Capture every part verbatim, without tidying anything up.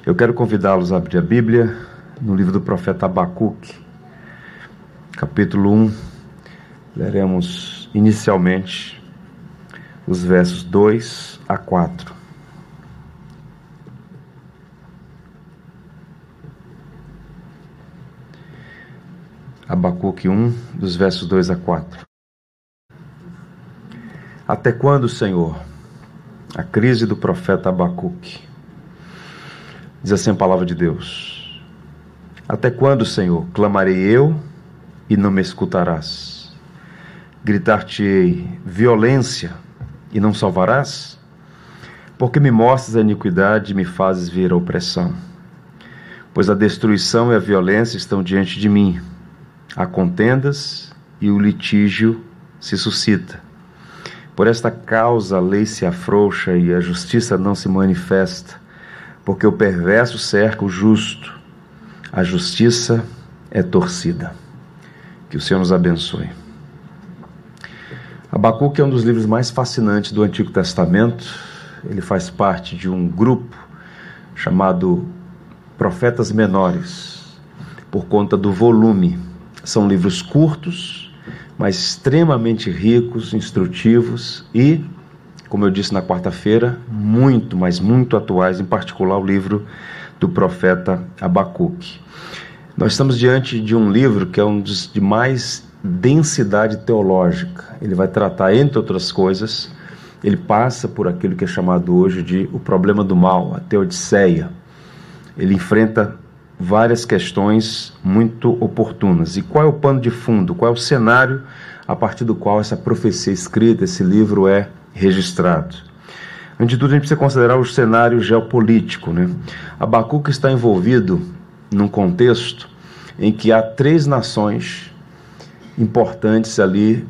Eu quero convidá-los a abrir a Bíblia no livro do profeta Abacuque, capítulo um. Leremos inicialmente os versos dois a quatro. Abacuque um, dos versos dois a quatro. Até quando, Senhor? A crise do profeta Abacuque. Diz assim a palavra de Deus: Até quando, Senhor, clamarei eu e não me escutarás? Gritar-te-ei violência e não salvarás? Porque me mostras a iniquidade e me fazes ver a opressão. Pois a destruição e a violência estão diante de mim. Há contendas e o litígio se suscita. Por esta causa a lei se afrouxa e a justiça não se manifesta, porque o perverso cerca o justo, a justiça é torcida. Que o Senhor nos abençoe. Abacuque é um dos livros mais fascinantes do Antigo Testamento. Ele faz parte de um grupo chamado Profetas Menores, por conta do volume. São livros curtos, mas extremamente ricos, instrutivos e, como eu disse na quarta-feira, muito, mas muito atuais, em particular o livro do profeta Abacuque. Nós estamos diante de um livro que é um dos de mais densidade teológica. Ele vai tratar, entre outras coisas, ele passa por aquilo que é chamado hoje de o problema do mal, a teodiceia. Ele enfrenta várias questões muito oportunas. E qual é o pano de fundo? Qual é o cenário a partir do qual essa profecia escrita, esse livro é registrado? Antes de tudo, a gente precisa considerar o cenário geopolítico, né? Abacuque está envolvido num contexto em que há três nações importantes ali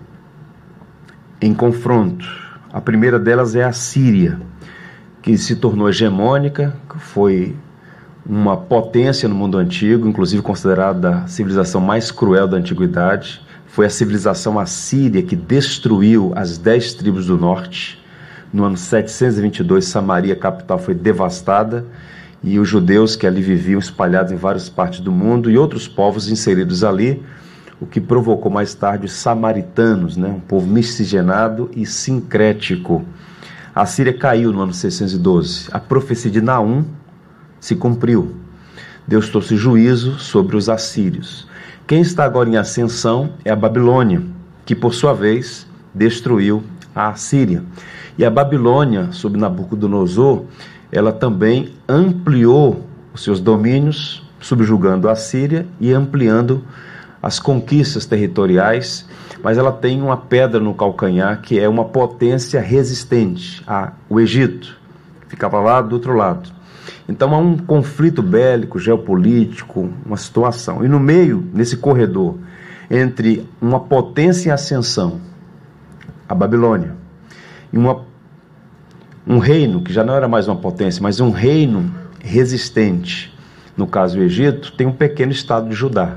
em confronto. A primeira delas é a Síria, que se tornou hegemônica, que foi uma potência no mundo antigo, inclusive considerada a civilização mais cruel da antiguidade. Foi a civilização assíria que destruiu as dez tribos do norte. No ano setecentos e vinte e dois, Samaria, capital, foi devastada, e os judeus que ali viviam espalhados em várias partes do mundo e outros povos inseridos ali, o que provocou mais tarde os samaritanos, né? Um povo miscigenado e sincrético. A Síria caiu no ano seiscentos e doze. A profecia de Naum se cumpriu. Deus trouxe juízo sobre os assírios. Quem está agora em ascensão é a Babilônia, que por sua vez destruiu a Assíria. E a Babilônia, sob Nabucodonosor, ela também ampliou os seus domínios, subjugando a Síria e ampliando as conquistas territoriais, mas ela tem uma pedra no calcanhar, que é uma potência resistente, a, o Egito, que ficava lá do outro lado. Então há um conflito bélico, geopolítico, uma situação. E no meio, nesse corredor, entre uma potência em ascensão, a Babilônia, e uma, um reino, que já não era mais uma potência, mas um reino resistente, no caso o Egito, tem um pequeno estado de Judá.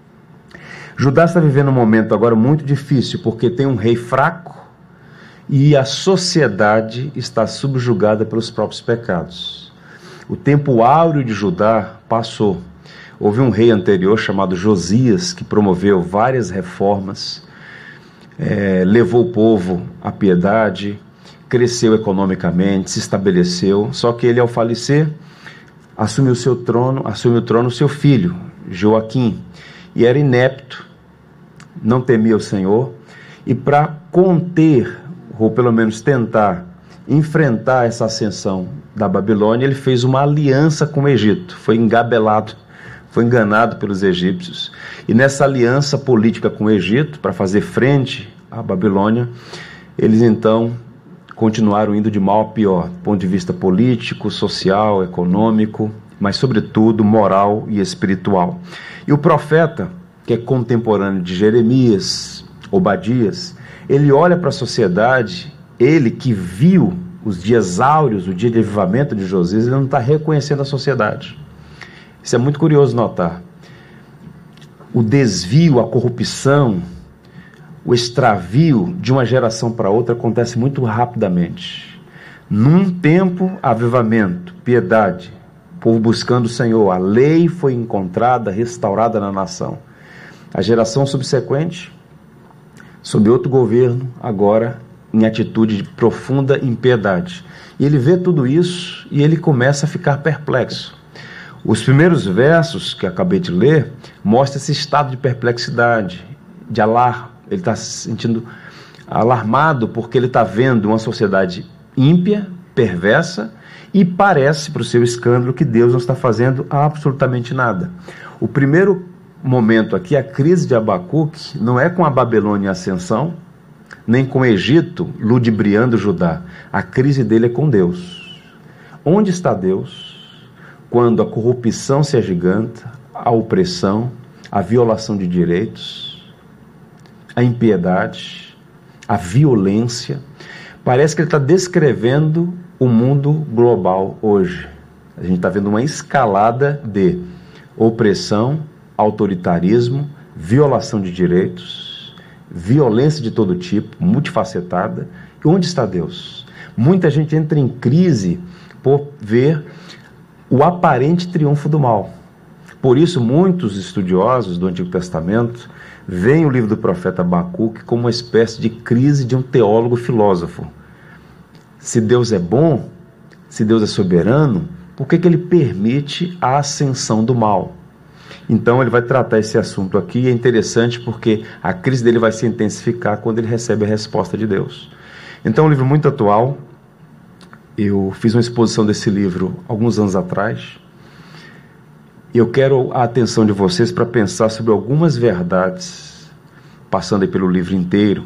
Judá está vivendo um momento agora muito difícil, porque tem um rei fraco e a sociedade está subjugada pelos próprios pecados. O tempo áureo de Judá passou. Houve um rei anterior chamado Josias, que promoveu várias reformas, é, levou o povo à piedade, cresceu economicamente, se estabeleceu. Só que ele, ao falecer, assumiu seu trono, assumiu o trono seu filho, Joaquim, e era inepto, não temia o Senhor, e para conter, ou pelo menos tentar enfrentar essa ascensão da Babilônia, ele fez uma aliança com o Egito, foi engabelado, foi enganado pelos egípcios, e nessa aliança política com o Egito, para fazer frente à Babilônia, eles então continuaram indo de mal a pior, do ponto de vista político, social, econômico, mas sobretudo moral e espiritual. E o profeta, que é contemporâneo de Jeremias, Obadias, ele olha para a sociedade, ele que viu os dias áureos, o dia de avivamento de Josias, ele não está reconhecendo a sociedade. Isso é muito curioso notar. O desvio, a corrupção, o extravio de uma geração para outra acontece muito rapidamente. Num tempo, avivamento, piedade, povo buscando o Senhor. A lei foi encontrada, restaurada na nação. A geração subsequente, sob outro governo, agora em atitude de profunda impiedade. E ele vê tudo isso e ele começa a ficar perplexo. Os primeiros versos que acabei de ler mostram esse estado de perplexidade, de alarme. Ele está se sentindo alarmado porque ele está vendo uma sociedade ímpia, perversa, e parece, para o seu escândalo, que Deus não está fazendo absolutamente nada. O primeiro momento aqui, a crise de Abacuque, não é com a Babilônia em ascensão, nem com o Egito ludibriando Judá. A crise dele é com Deus. Onde está Deus quando a corrupção se agiganta, a opressão, a violação de direitos, a impiedade, a violência? Parece que ele está descrevendo o mundo global hoje. A gente está vendo uma escalada de opressão, autoritarismo, violação de direitos, violência de todo tipo, multifacetada. E onde está Deus? Muita gente entra em crise por ver o aparente triunfo do mal. Por isso, muitos estudiosos do Antigo Testamento veem o livro do profeta Abacuque como uma espécie de crise de um teólogo filósofo. Se Deus é bom, se Deus é soberano, por que que ele permite a ascensão do mal? Então ele vai tratar esse assunto aqui, e é interessante porque a crise dele vai se intensificar quando ele recebe a resposta de Deus. Então é um livro muito atual. Eu fiz uma exposição desse livro alguns anos atrás, e eu quero a atenção de vocês para pensar sobre algumas verdades, passando aí pelo livro inteiro,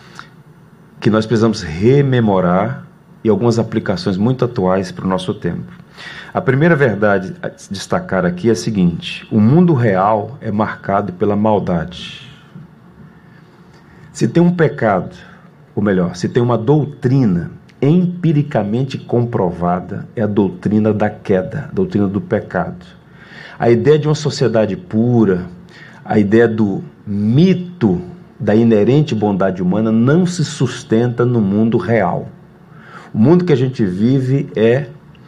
que nós precisamos rememorar, e algumas aplicações muito atuais para o nosso tempo. A primeira verdade a destacar aqui é a seguinte: o mundo real é marcado pela maldade. Se tem um pecado, ou melhor, se tem uma doutrina empiricamente comprovada, é a doutrina da queda, a doutrina do pecado. A ideia de uma sociedade pura, a ideia do mito da inerente bondade humana não se sustenta no mundo real. O mundo que a gente vive é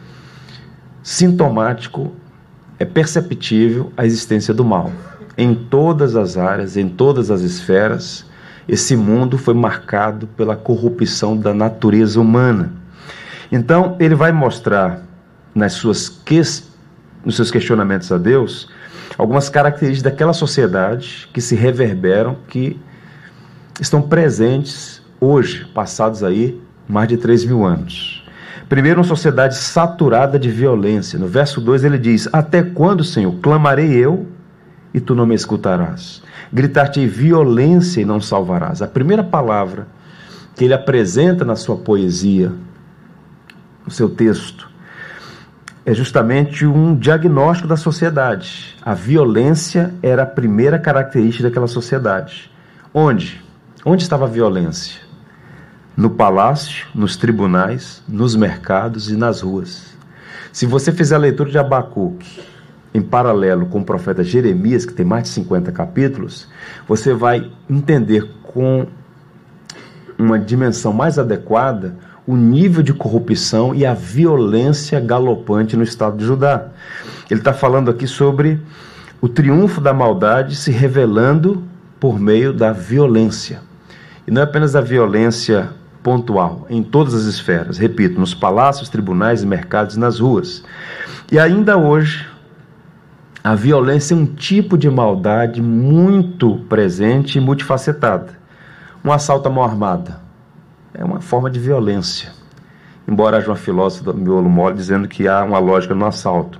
sintomático, é perceptível a existência do mal. Em todas as áreas, em todas as esferas, esse mundo foi marcado pela corrupção da natureza humana. Então, ele vai mostrar nas suas que... nos seus questionamentos a Deus algumas características daquela sociedade que se reverberam, que estão presentes hoje, passados aí mais de três mil anos. Primeiro, uma sociedade saturada de violência. No verso dois ele diz: até quando, Senhor, clamarei eu e tu não me escutarás? Gritar-te violência e não salvarás. A primeira palavra que ele apresenta na sua poesia, no seu texto, é justamente um diagnóstico da sociedade. A violência era a primeira característica daquela sociedade. Onde? Onde estava a violência? No palácio, nos tribunais, nos mercados e nas ruas. Se você fizer a leitura de Abacuque em paralelo com o profeta Jeremias, que tem mais de cinquenta capítulos, você vai entender com uma dimensão mais adequada o nível de corrupção e a violência galopante no estado de Judá. Ele está falando aqui sobre o triunfo da maldade se revelando por meio da violência. E não é apenas a violência pontual, em todas as esferas, repito, nos palácios, tribunais, mercados e nas ruas. E ainda hoje, a violência é um tipo de maldade muito presente e multifacetada. Um assalto à mão armada é uma forma de violência, embora haja uma filósofa do miolo mole dizendo que há uma lógica no assalto.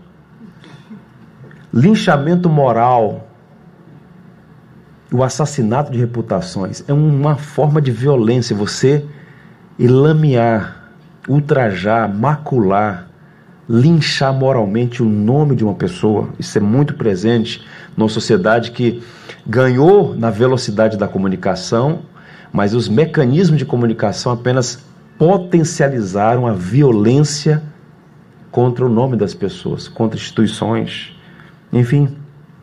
Linchamento moral, o assassinato de reputações, é uma forma de violência. Você lamear, ultrajar, macular, linchar moralmente o nome de uma pessoa. Isso é muito presente numa sociedade que ganhou na velocidade da comunicação, mas os mecanismos de comunicação apenas potencializaram a violência contra o nome das pessoas, contra instituições, enfim.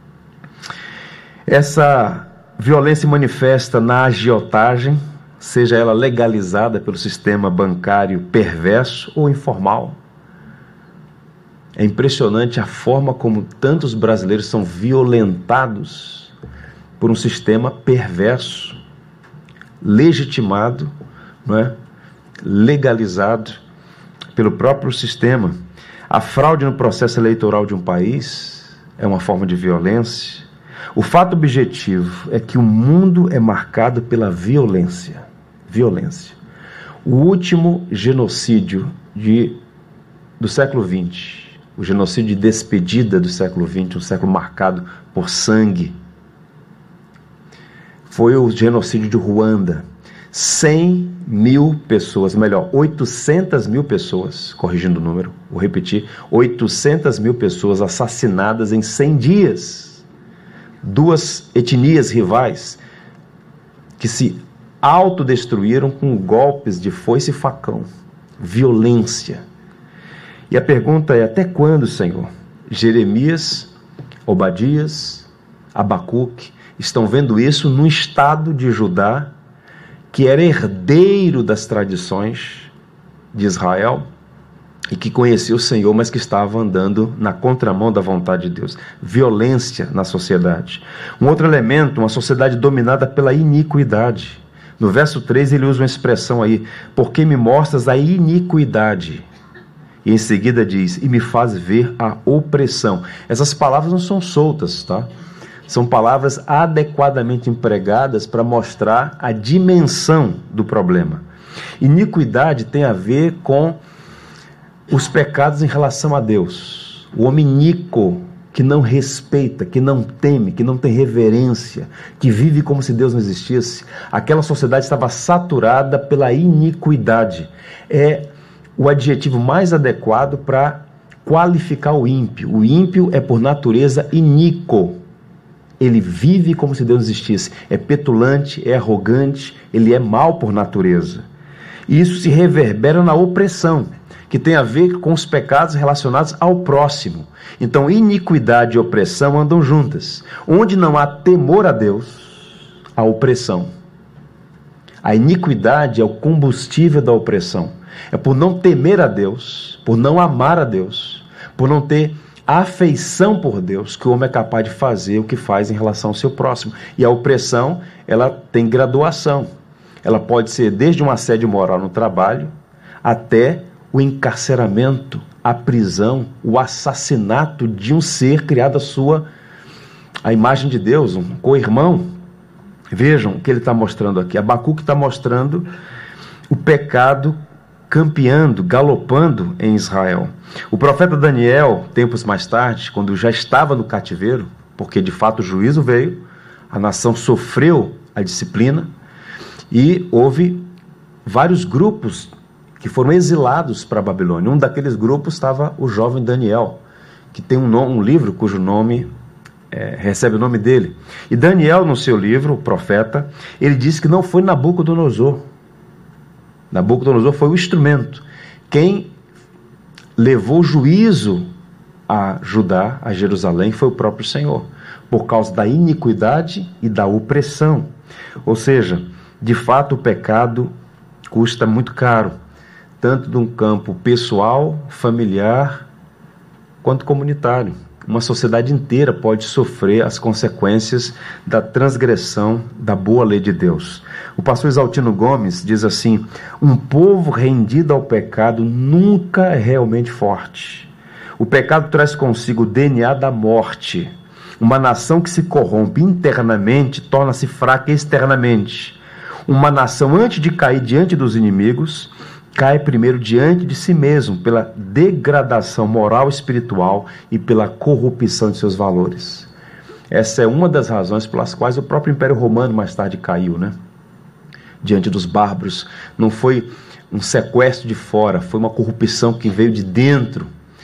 Essa violência manifesta na agiotagem, seja ela legalizada pelo sistema bancário perverso ou informal. É impressionante a forma como tantos brasileiros são violentados por um sistema perverso, legitimado, não é? Legalizado pelo próprio sistema. A fraude no processo eleitoral de um país é uma forma de violência. O fato objetivo é que o mundo é marcado pela violência. Violência. O último genocídio de, do século vinte, o genocídio de despedida do século vinte, um século marcado por sangue, foi o genocídio de Ruanda. cem mil pessoas, melhor, oitocentas mil pessoas, corrigindo o número, vou repetir, oitocentas mil pessoas assassinadas em cem dias. Duas etnias rivais que se autodestruíram com golpes de foice e facão. Violência. E a pergunta é: até quando, Senhor? Jeremias, Obadias, Abacuque estão vendo isso num estado de Judá que era herdeiro das tradições de Israel e que conhecia o Senhor, mas que estava andando na contramão da vontade de Deus. Violência na sociedade. Um outro elemento, uma sociedade dominada pela iniquidade. No verso três ele usa uma expressão aí: porque me mostras a iniquidade. E em seguida diz: e me faz ver a opressão. Essas palavras não são soltas, tá? São palavras adequadamente empregadas para mostrar a dimensão do problema. Iniquidade tem a ver com os pecados em relação a Deus. O homem iníquo, que não respeita, que não teme, que não tem reverência, que vive como se Deus não existisse. Aquela sociedade estava saturada pela iniquidade. É o adjetivo mais adequado para qualificar o ímpio. O ímpio é, por natureza, iníquo. Ele vive como se Deus não existisse. É petulante, é arrogante, ele é mau por natureza. E isso se reverbera na opressão, que tem a ver com os pecados relacionados ao próximo. Então, iniquidade e opressão andam juntas. Onde não há temor a Deus, há opressão. A iniquidade é o combustível da opressão. É por não temer a Deus, por não amar a Deus, por não ter afeição por Deus, que o homem é capaz de fazer o que faz em relação ao seu próximo. E a opressão, ela tem graduação. Ela pode ser desde um assédio moral no trabalho, até o encarceramento, a prisão, o assassinato de um ser criado à sua, à imagem de Deus, um co-irmão. Vejam o que ele está mostrando aqui. Abacuque está mostrando o pecado campeando, galopando em Israel. O profeta Daniel, tempos mais tarde, quando já estava no cativeiro, porque de fato o juízo veio, a nação sofreu a disciplina e houve vários grupos que foram exilados para a Babilônia. Um daqueles grupos estava o jovem Daniel, que tem um, nome, um livro cujo nome é, recebe o nome dele. E Daniel, no seu livro, o profeta, ele disse que não foi Nabucodonosor. Nabucodonosor foi o instrumento. Quem levou juízo a Judá, a Jerusalém, foi o próprio Senhor, por causa da iniquidade e da opressão. Ou seja, de fato o pecado custa muito caro, tanto de um campo pessoal, familiar, quanto comunitário. Uma sociedade inteira pode sofrer as consequências da transgressão da boa lei de Deus. O pastor Exaltino Gomes diz assim: um povo rendido ao pecado nunca é realmente forte. O pecado traz consigo o D N A da morte. Uma nação que se corrompe internamente torna-se fraca externamente. Uma nação, antes de cair diante dos inimigos, cai primeiro diante de si mesmo, pela degradação moral e espiritual e pela corrupção de seus valores. Essa é uma das razões pelas quais o próprio Império Romano mais tarde caiu, né? Diante dos bárbaros. Não foi um sequestro de fora, foi uma corrupção que veio de dentro.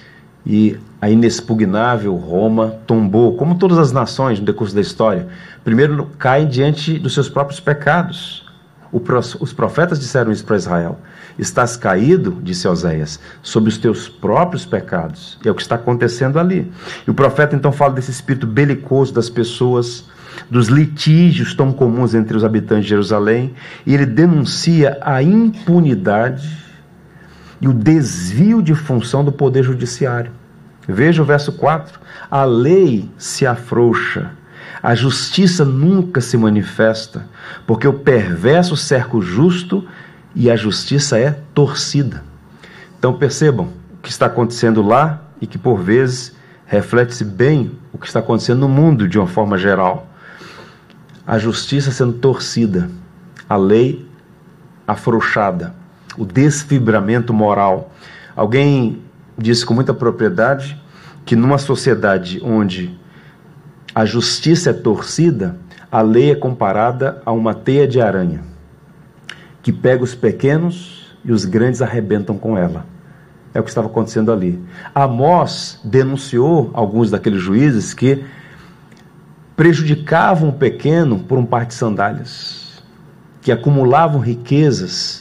E a inexpugnável Roma tombou, como todas as nações no decurso da história. Primeiro caem diante dos seus próprios pecados. Os profetas disseram isso para Israel: estás caído, disse Oséias, sobre os teus próprios pecados. E é o que está acontecendo ali. E o profeta então fala desse espírito belicoso das pessoas, dos litígios tão comuns entre os habitantes de Jerusalém, e ele denuncia a impunidade e o desvio de função do poder judiciário. Veja o verso quatro. A lei se afrouxa, a justiça nunca se manifesta, porque o perverso cerca o justo e a justiça é torcida. Então percebam o que está acontecendo lá e que por vezes reflete-se bem o que está acontecendo no mundo de uma forma geral. A justiça sendo torcida, a lei afrouxada, o desfibramento moral. Alguém disse com muita propriedade que numa sociedade onde a justiça é torcida, a lei é comparada a uma teia de aranha, que pega os pequenos e os grandes arrebentam com ela. É o que estava acontecendo ali. Amós denunciou alguns daqueles juízes que prejudicavam o pequeno por um par de sandálias, que acumulavam riquezas,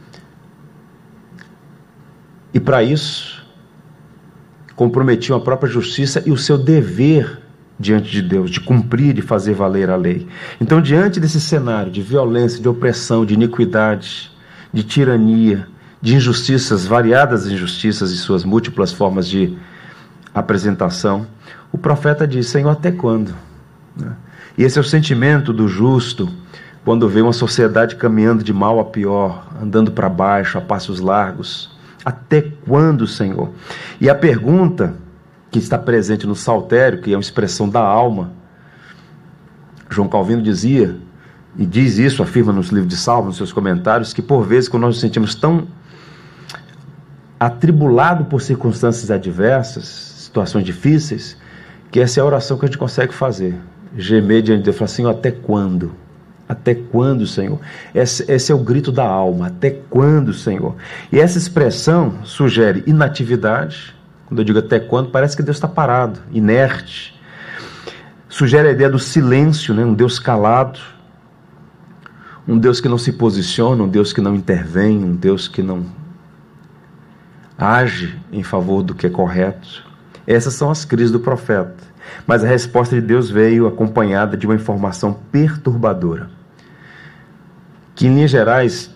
e para isso comprometiam a própria justiça e o seu dever diante de Deus, de cumprir e fazer valer a lei. Então, diante desse cenário de violência, de opressão, de iniquidade, de tirania, de injustiças, variadas injustiças e suas múltiplas formas de apresentação, o profeta diz: Senhor, até quando? E esse é o sentimento do justo quando vê uma sociedade caminhando de mal a pior, andando para baixo a passos largos. Até quando, Senhor? E a pergunta que está presente no Saltério, que é uma expressão da alma, João Calvino dizia, e diz isso, afirma nos livros de Salmos, nos seus comentários, que por vezes, quando nós nos sentimos tão atribulados por circunstâncias adversas, situações difíceis, que essa é a oração que a gente consegue fazer. Gemer diante de Deus, falar: Senhor, até quando? Até quando, Senhor? Esse, esse é o grito da alma. Até quando, Senhor? E essa expressão sugere inatividade. Quando eu digo até quando, parece que Deus está parado, inerte. Sugere a ideia do silêncio, né? Um Deus calado, um Deus que não se posiciona, um Deus que não intervém, um Deus que não age em favor do que é correto. Essas são as crises do profeta. Mas a resposta de Deus veio acompanhada de uma informação perturbadora, que em linhas gerais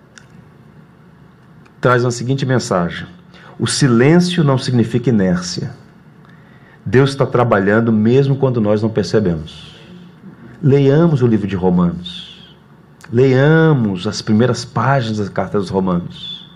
traz a seguinte mensagem: o silêncio não significa inércia. Deus está trabalhando mesmo quando nós não percebemos. Leiamos o livro de Romanos, leiamos as primeiras páginas da carta dos Romanos.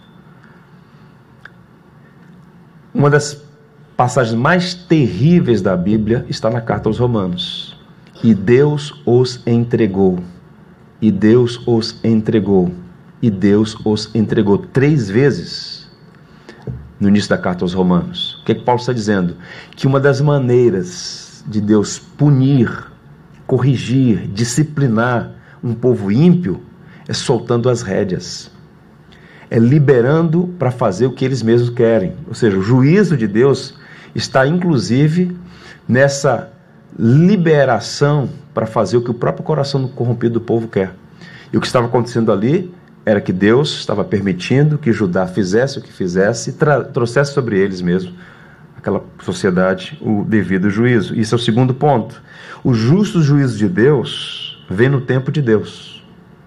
Uma das passagens mais terríveis da Bíblia está na carta aos Romanos. E Deus os entregou, e Deus os entregou, e Deus os entregou três vezes no início da carta aos Romanos. O que é que Paulo está dizendo? Que uma das maneiras de Deus punir, corrigir, disciplinar um povo ímpio é soltando as rédeas, é liberando para fazer o que eles mesmos querem. Ou seja, o juízo de Deus está inclusive nessa liberação para fazer o que o próprio coração corrompido do povo quer. E o que estava acontecendo ali era que Deus estava permitindo que Judá fizesse o que fizesse e tra- trouxesse sobre eles mesmos, aquela sociedade, o devido juízo. Isso é o segundo ponto. O justo juízo de Deus vem no tempo de Deus.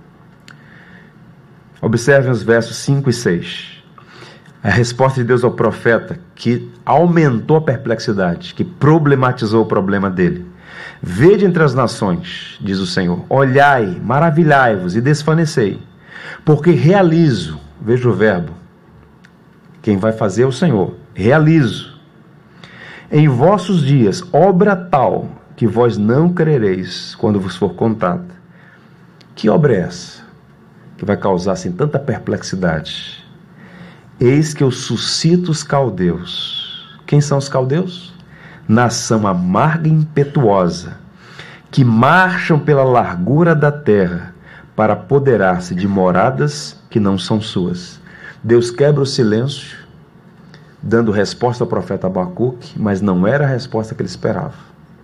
Observem os versos cinco e seis. A resposta de Deus ao profeta, que aumentou a perplexidade, que problematizou o problema dele. Vede entre as nações, diz o Senhor, olhai, maravilhai-vos e desfanecei, porque realizo, veja o verbo, quem vai fazer é o Senhor, realizo, em vossos dias, obra tal, que vós não crereis quando vos for contada. Que obra é essa, que vai causar assim tanta perplexidade? Eis que eu suscito os caldeus. Quem são os caldeus? Nação amarga e impetuosa, que marcham pela largura da terra para apoderar-se de moradas que não são suas. Deus quebra o silêncio, dando resposta ao profeta Abacuque, mas não era a resposta que ele esperava.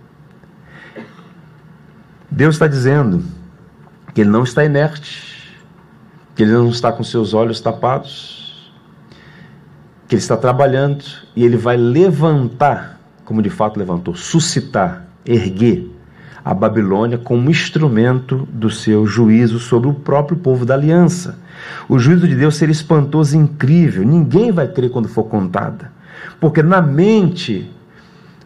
Deus está dizendo que ele não está inerte, que ele não está com seus olhos tapados, que ele está trabalhando e ele vai levantar, como de fato levantou, suscitar, erguer a Babilônia como instrumento do seu juízo sobre o próprio povo da aliança. O juízo de Deus seria espantoso e incrível, ninguém vai crer quando for contada, porque na mente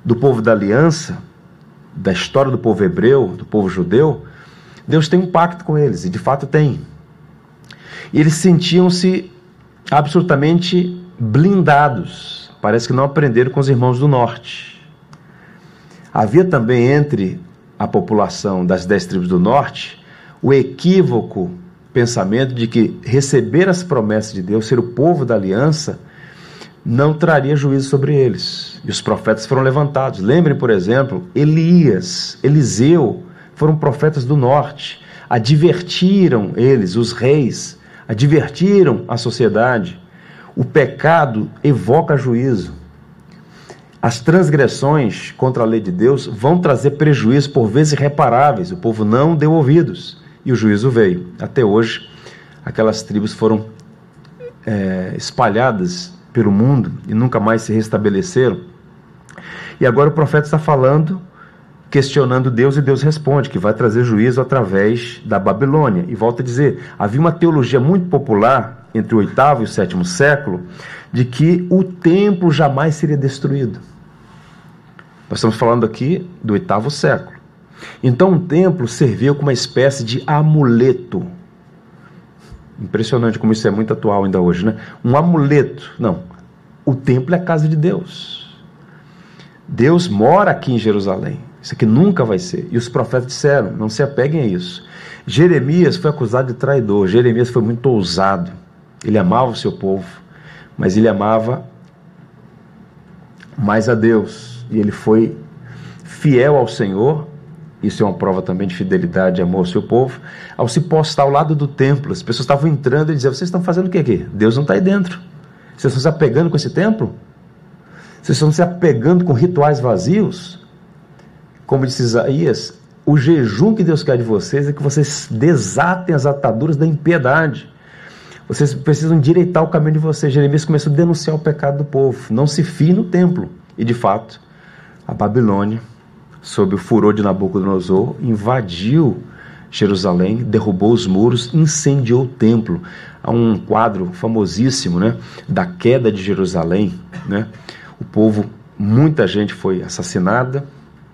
do povo da aliança, da história do povo hebreu, do povo judeu, Deus tem um pacto com eles, e de fato tem. E eles sentiam-se absolutamente blindados. Parece que não aprenderam com os irmãos do norte. Havia também entre a população das dez tribos do norte o equívoco pensamento de que receber as promessas de Deus, ser o povo da aliança, não traria juízo sobre eles. E os profetas foram levantados. Lembrem, por exemplo, Elias, Eliseu, foram profetas do norte. Advertiram eles, os reis, advertiram a sociedade. O pecado evoca juízo. As transgressões contra a lei de Deus vão trazer prejuízo por vezes irreparáveis. O povo não deu ouvidos e o juízo veio. Até hoje, aquelas tribos foram é, espalhadas pelo mundo e nunca mais se restabeleceram. E agora o profeta está falando, questionando Deus, e Deus responde que vai trazer juízo através da Babilônia. E volta a dizer, havia uma teologia muito popular entre o oitavo e o sétimo século de que o templo jamais seria destruído. Nós estamos falando aqui do oitavo século. Então o templo serviu como uma espécie de amuleto. Impressionante como isso é muito atual ainda hoje, né? Um amuleto. Não, o templo é a casa de Deus. Deus mora aqui em Jerusalém. Isso aqui nunca vai ser. E os profetas disseram, não se apeguem a isso. Jeremias foi acusado de traidor. Jeremias foi muito ousado. Ele amava o seu povo, mas ele amava mais a Deus. E ele foi fiel ao Senhor. Isso é uma prova também de fidelidade e amor ao seu povo. Ao se postar ao lado do templo, as pessoas estavam entrando e diziam, vocês estão fazendo o que aqui? Deus não está aí dentro. Vocês estão se apegando com esse templo? Vocês estão se apegando com rituais vazios? Como disse Isaías, o jejum que Deus quer de vocês é que vocês desatem as ataduras da impiedade. Vocês precisam endireitar o caminho de vocês. Jeremias começou a denunciar o pecado do povo. Não se fie no templo. E de fato, a Babilônia, sob o furor de Nabucodonosor, invadiu Jerusalém, derrubou os muros, incendiou o templo. Há um quadro famosíssimo, né, da queda de Jerusalém, né? O povo, muita gente foi assassinada,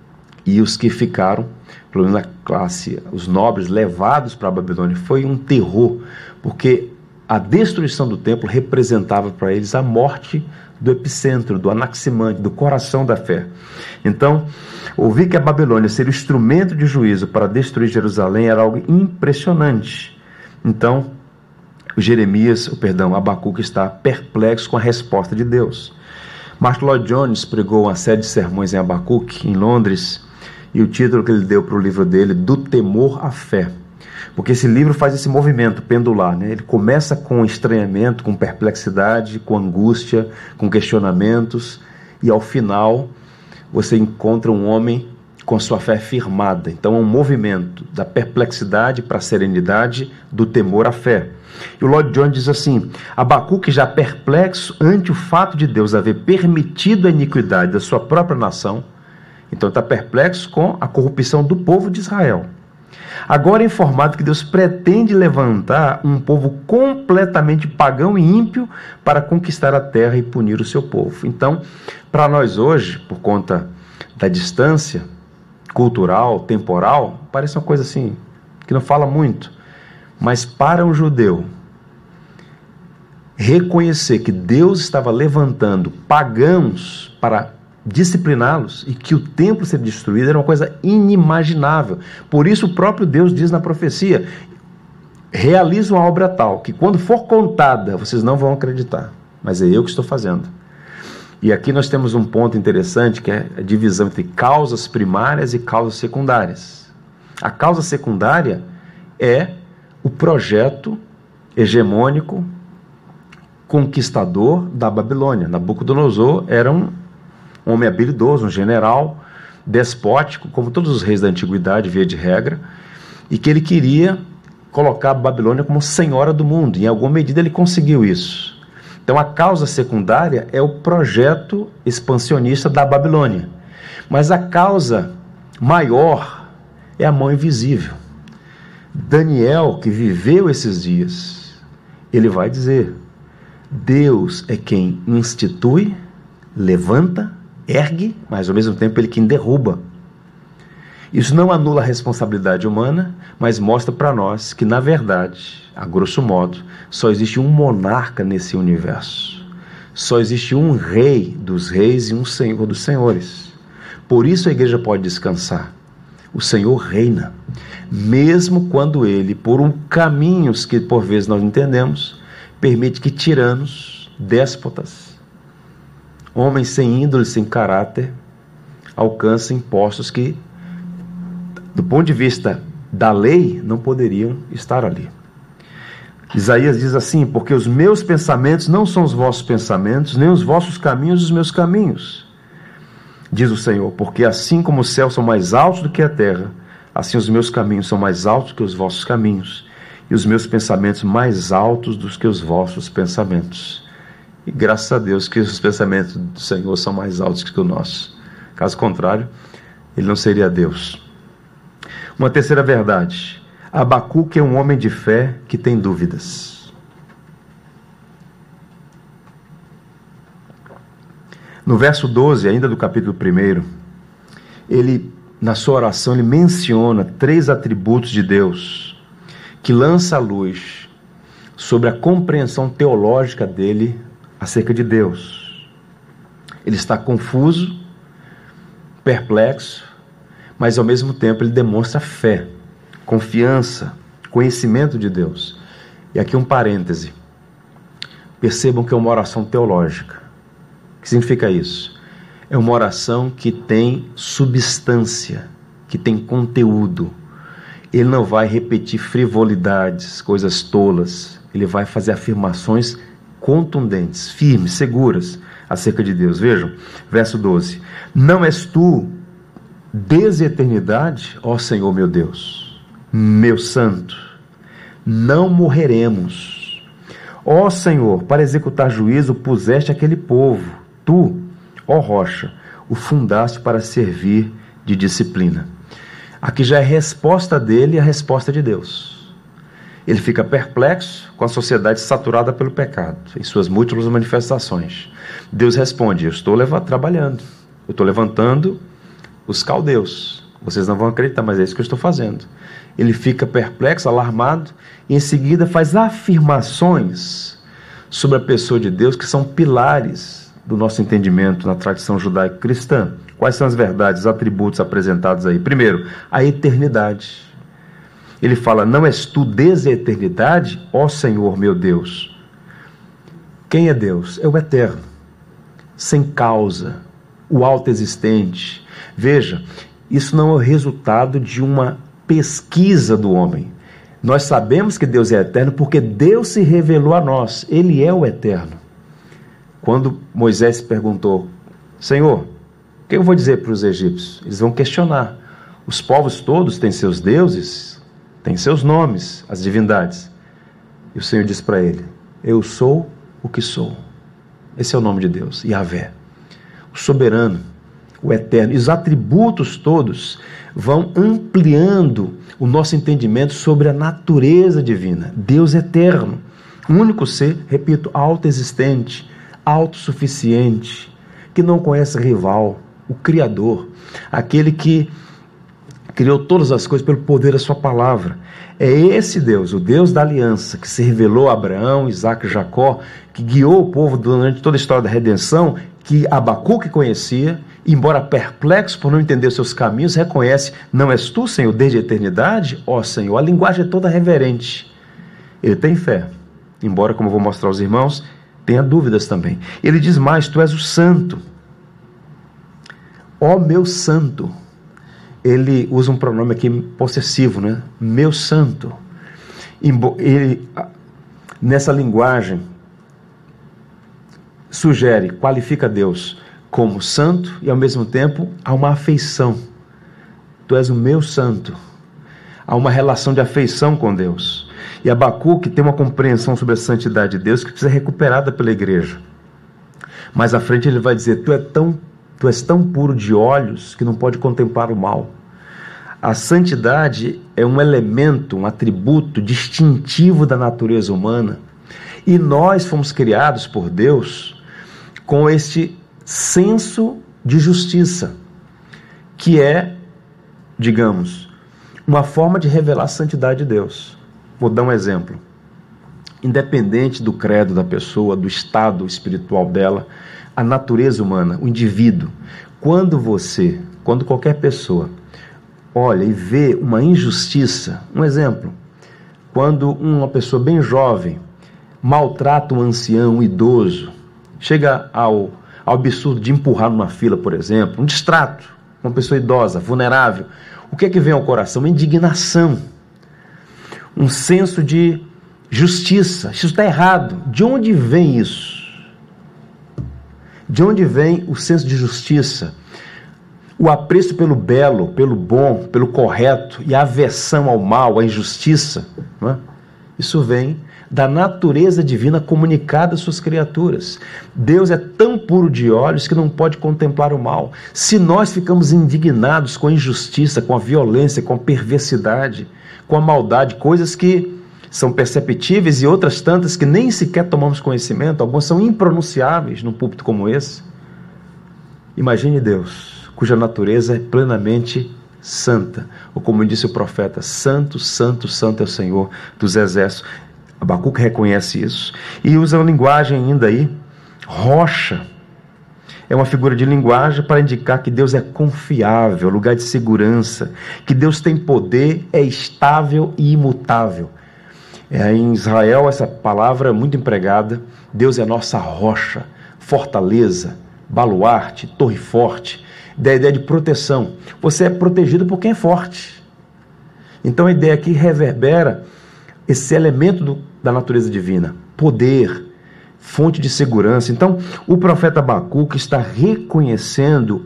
e os que ficaram, pelo menos a classe, os nobres levados para a Babilônia, foi um terror, porque a destruição do templo representava para eles a morte do epicentro, do Anaximandro, do coração da fé. Então, ouvir que a Babilônia seria o instrumento de juízo para destruir Jerusalém era algo impressionante. Então, o Jeremias, o perdão, Abacuque está perplexo com a resposta de Deus. Martyn Lloyd-Jones pregou uma série de sermões em Abacuque, em Londres, e o título que ele deu para o livro dele, Do Temor à Fé. Porque esse livro faz esse movimento pendular, né? Ele começa com estranhamento, com perplexidade, com angústia, com questionamentos, e ao final você encontra um homem com sua fé firmada. Então é um movimento da perplexidade para a serenidade, do temor à fé. E o Lloyd-Jones diz assim, Abacuque, já perplexo ante o fato de Deus haver permitido a iniquidade da sua própria nação, então está perplexo com a corrupção do povo de Israel. Agora é informado que Deus pretende levantar um povo completamente pagão e ímpio para conquistar a terra e punir o seu povo. Então, para nós hoje, por conta da distância cultural, temporal, parece uma coisa assim, que não fala muito. Mas para um judeu, reconhecer que Deus estava levantando pagãos para discipliná-los e que o templo seria destruído era uma coisa inimaginável. Por isso o próprio Deus diz na profecia, realiza uma obra tal que quando for contada vocês não vão acreditar, mas é eu que estou fazendo. E aqui nós temos um ponto interessante, que é a divisão entre causas primárias e causas secundárias. A causa secundária é o projeto hegemônico conquistador da Babilônia. Nabucodonosor era um um homem habilidoso, um general despótico, como todos os reis da antiguidade, via de regra, e que ele queria colocar a Babilônia como senhora do mundo. Em alguma medida ele conseguiu isso. Então a causa secundária é o projeto expansionista da Babilônia. Mas a causa maior é a mão invisível. Daniel, que viveu esses dias, ele vai dizer, Deus é quem institui, levanta ergue, mas ao mesmo tempo ele quem derruba. Isso não anula a responsabilidade humana, mas mostra para nós que, na verdade, a grosso modo, só existe um monarca nesse universo. Só existe um rei dos reis e um senhor dos senhores. Por isso a igreja pode descansar. O Senhor reina, mesmo quando ele, por um caminhos que por vezes nós não entendemos, permite que tiranos, déspotas, homens sem índole, sem caráter, alcancem postos que, do ponto de vista da lei, não poderiam estar ali. Isaías diz assim: porque os meus pensamentos não são os vossos pensamentos, nem os vossos caminhos os meus caminhos, diz o Senhor, porque assim como os céus são mais altos do que a terra, assim os meus caminhos são mais altos que os vossos caminhos, e os meus pensamentos mais altos do que os vossos pensamentos. E graças a Deus que os pensamentos do Senhor são mais altos que os nossos. Caso contrário, ele não seria Deus. Uma terceira verdade: Abacuque é um homem de fé que tem dúvidas. No verso doze, ainda do capítulo um, ele, na sua oração, ele menciona três atributos de Deus que lança a luz sobre a compreensão teológica dele acerca de Deus. Ele está confuso, perplexo, mas ao mesmo tempo ele demonstra fé, confiança, conhecimento de Deus. E aqui um parêntese. Percebam que é uma oração teológica. O que significa isso? É uma oração que tem substância, que tem conteúdo. Ele não vai repetir frivolidades, coisas tolas. Ele vai fazer afirmações contundentes, firmes, seguras acerca de Deus. Vejam, verso doze. Não és tu desde a eternidade, ó Senhor meu Deus, meu santo, não morreremos. Ó Senhor, para executar juízo puseste aquele povo. Tu, ó rocha, o fundaste para servir de disciplina. Aqui já é a resposta dele e a resposta de Deus. Ele fica perplexo com a sociedade saturada pelo pecado, em suas múltiplas manifestações. Deus responde: eu estou levant- trabalhando, eu estou levantando os caldeus. Vocês não vão acreditar, mas é isso que eu estou fazendo. Ele fica perplexo, alarmado, e em seguida faz afirmações sobre a pessoa de Deus que são pilares do nosso entendimento na tradição judaico-cristã. Quais são as verdades, os atributos apresentados aí? Primeiro, a eternidade. Ele fala: não és tu desde a eternidade, ó Senhor meu Deus. Quem é Deus? É o eterno, sem causa, o autoexistente. Veja, isso não é o resultado de uma pesquisa do homem. Nós sabemos que Deus é eterno porque Deus se revelou a nós. Ele é o eterno. Quando Moisés perguntou: Senhor, o que eu vou dizer para os egípcios? Eles vão questionar. Os povos todos têm seus deuses, têm seus nomes, as divindades. E o Senhor disse para ele: eu sou o que sou. Esse é o nome de Deus, Yahvé, o soberano, o eterno. E os atributos todos vão ampliando o nosso entendimento sobre a natureza divina. Deus eterno, único ser, repito, autoexistente, autossuficiente, que não conhece rival, o Criador, aquele que criou todas as coisas pelo poder da sua palavra. É esse Deus, o Deus da aliança, que se revelou a Abraão, Isaac e Jacó, que guiou o povo durante toda a história da redenção, que Abacuque conhecia, embora perplexo por não entender os seus caminhos, reconhece: não és tu, Senhor, desde a eternidade? Ó Senhor, a linguagem é toda reverente. Ele tem fé, embora, como eu vou mostrar aos irmãos, tenha dúvidas também. Ele diz mais: tu és o santo. Ó meu santo. Ele usa um pronome aqui possessivo, né? Meu santo. Ele, nessa linguagem, sugere, qualifica Deus como santo e ao mesmo tempo há uma afeição. Tu és o meu santo. Há uma relação de afeição com Deus. E Abacuque tem uma compreensão sobre a santidade de Deus que precisa ser recuperada pela igreja. Mais à frente ele vai dizer: tu, é tão, tu és tão puro de olhos que não pode contemplar o mal. A santidade é um elemento, um atributo distintivo da natureza humana. E nós fomos criados por Deus com este senso de justiça, que é, digamos, uma forma de revelar a santidade de Deus. Vou dar um exemplo. Independente do credo da pessoa, do estado espiritual dela, a natureza humana, o indivíduo, quando você, quando qualquer pessoa olha e vê uma injustiça, um exemplo, quando uma pessoa bem jovem maltrata um ancião, um idoso, chega ao, ao absurdo de empurrar numa fila, por exemplo, um distrato, uma pessoa idosa, vulnerável, o que é que vem ao coração? Uma indignação, um senso de justiça. Isso está errado. De onde vem isso? De onde vem o senso de justiça? O apreço pelo belo, pelo bom, pelo correto e a aversão ao mal, à injustiça, não é? Isso vem da natureza divina comunicada às suas criaturas. Deus é tão puro de olhos que não pode contemplar o mal. Se nós ficamos indignados com a injustiça, com a violência, com a perversidade, com a maldade, coisas que são perceptíveis e outras tantas que nem sequer tomamos conhecimento, algumas são impronunciáveis num púlpito como esse. Imagine Deus, cuja natureza é plenamente santa, ou como disse o profeta, santo, santo, santo é o Senhor dos exércitos. Abacuque reconhece isso e usa uma linguagem ainda aí, rocha. É uma figura de linguagem para indicar que Deus é confiável, lugar de segurança, que Deus tem poder, é estável e imutável. É, em Israel essa palavra é muito empregada. Deus é nossa rocha, fortaleza, baluarte, torre forte, da ideia de proteção. Você é protegido por quem é forte. Então a ideia aqui reverbera esse elemento do, da natureza divina, poder, fonte de segurança. Então o profeta Abacuque está reconhecendo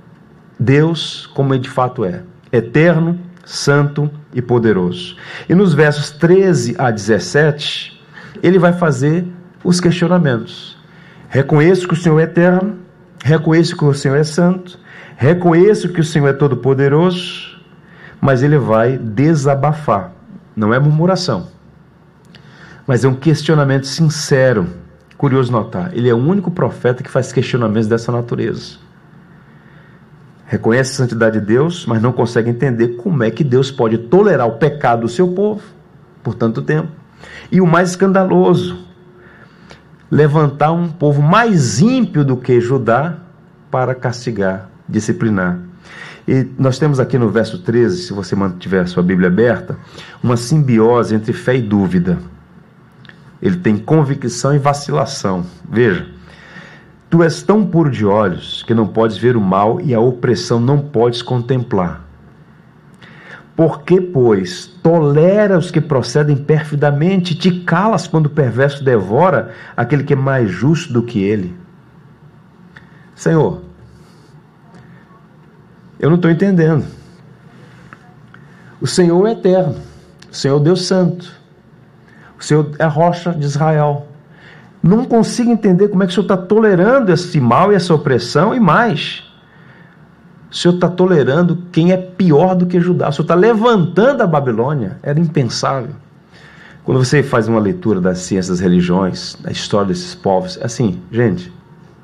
Deus como ele de fato é, eterno, santo e poderoso. E nos versos treze a dezessete, ele vai fazer os questionamentos. Reconheço que o Senhor é eterno, reconheço que o Senhor é santo, reconheço que o Senhor é todo poderoso, mas ele vai desabafar. Não é murmuração, mas é um questionamento sincero. Curioso notar, ele é o único profeta que faz questionamentos dessa natureza. Reconhece a santidade de Deus, mas não consegue entender como é que Deus pode tolerar o pecado do seu povo por tanto tempo. E o mais escandaloso, levantar um povo mais ímpio do que Judá para castigar, disciplinar. E nós temos aqui no verso treze, se você mantiver a sua Bíblia aberta, uma simbiose entre fé e dúvida. Ele tem convicção e vacilação. Veja, tu és tão puro de olhos que não podes ver o mal e a opressão não podes contemplar. Por que, pois, tolera os que procedem perfidamente e te calas quando o perverso devora aquele que é mais justo do que ele? Senhor, eu não estou entendendo. O Senhor é eterno, o Senhor é Deus santo, o Senhor é a rocha de Israel. Não consigo entender como é que o Senhor está tolerando esse mal e essa opressão, e mais, o Senhor está tolerando quem é pior do que Judá. O Senhor está levantando a Babilônia. Era impensável. Quando você faz uma leitura das ciências das religiões, da história desses povos, é assim, gente,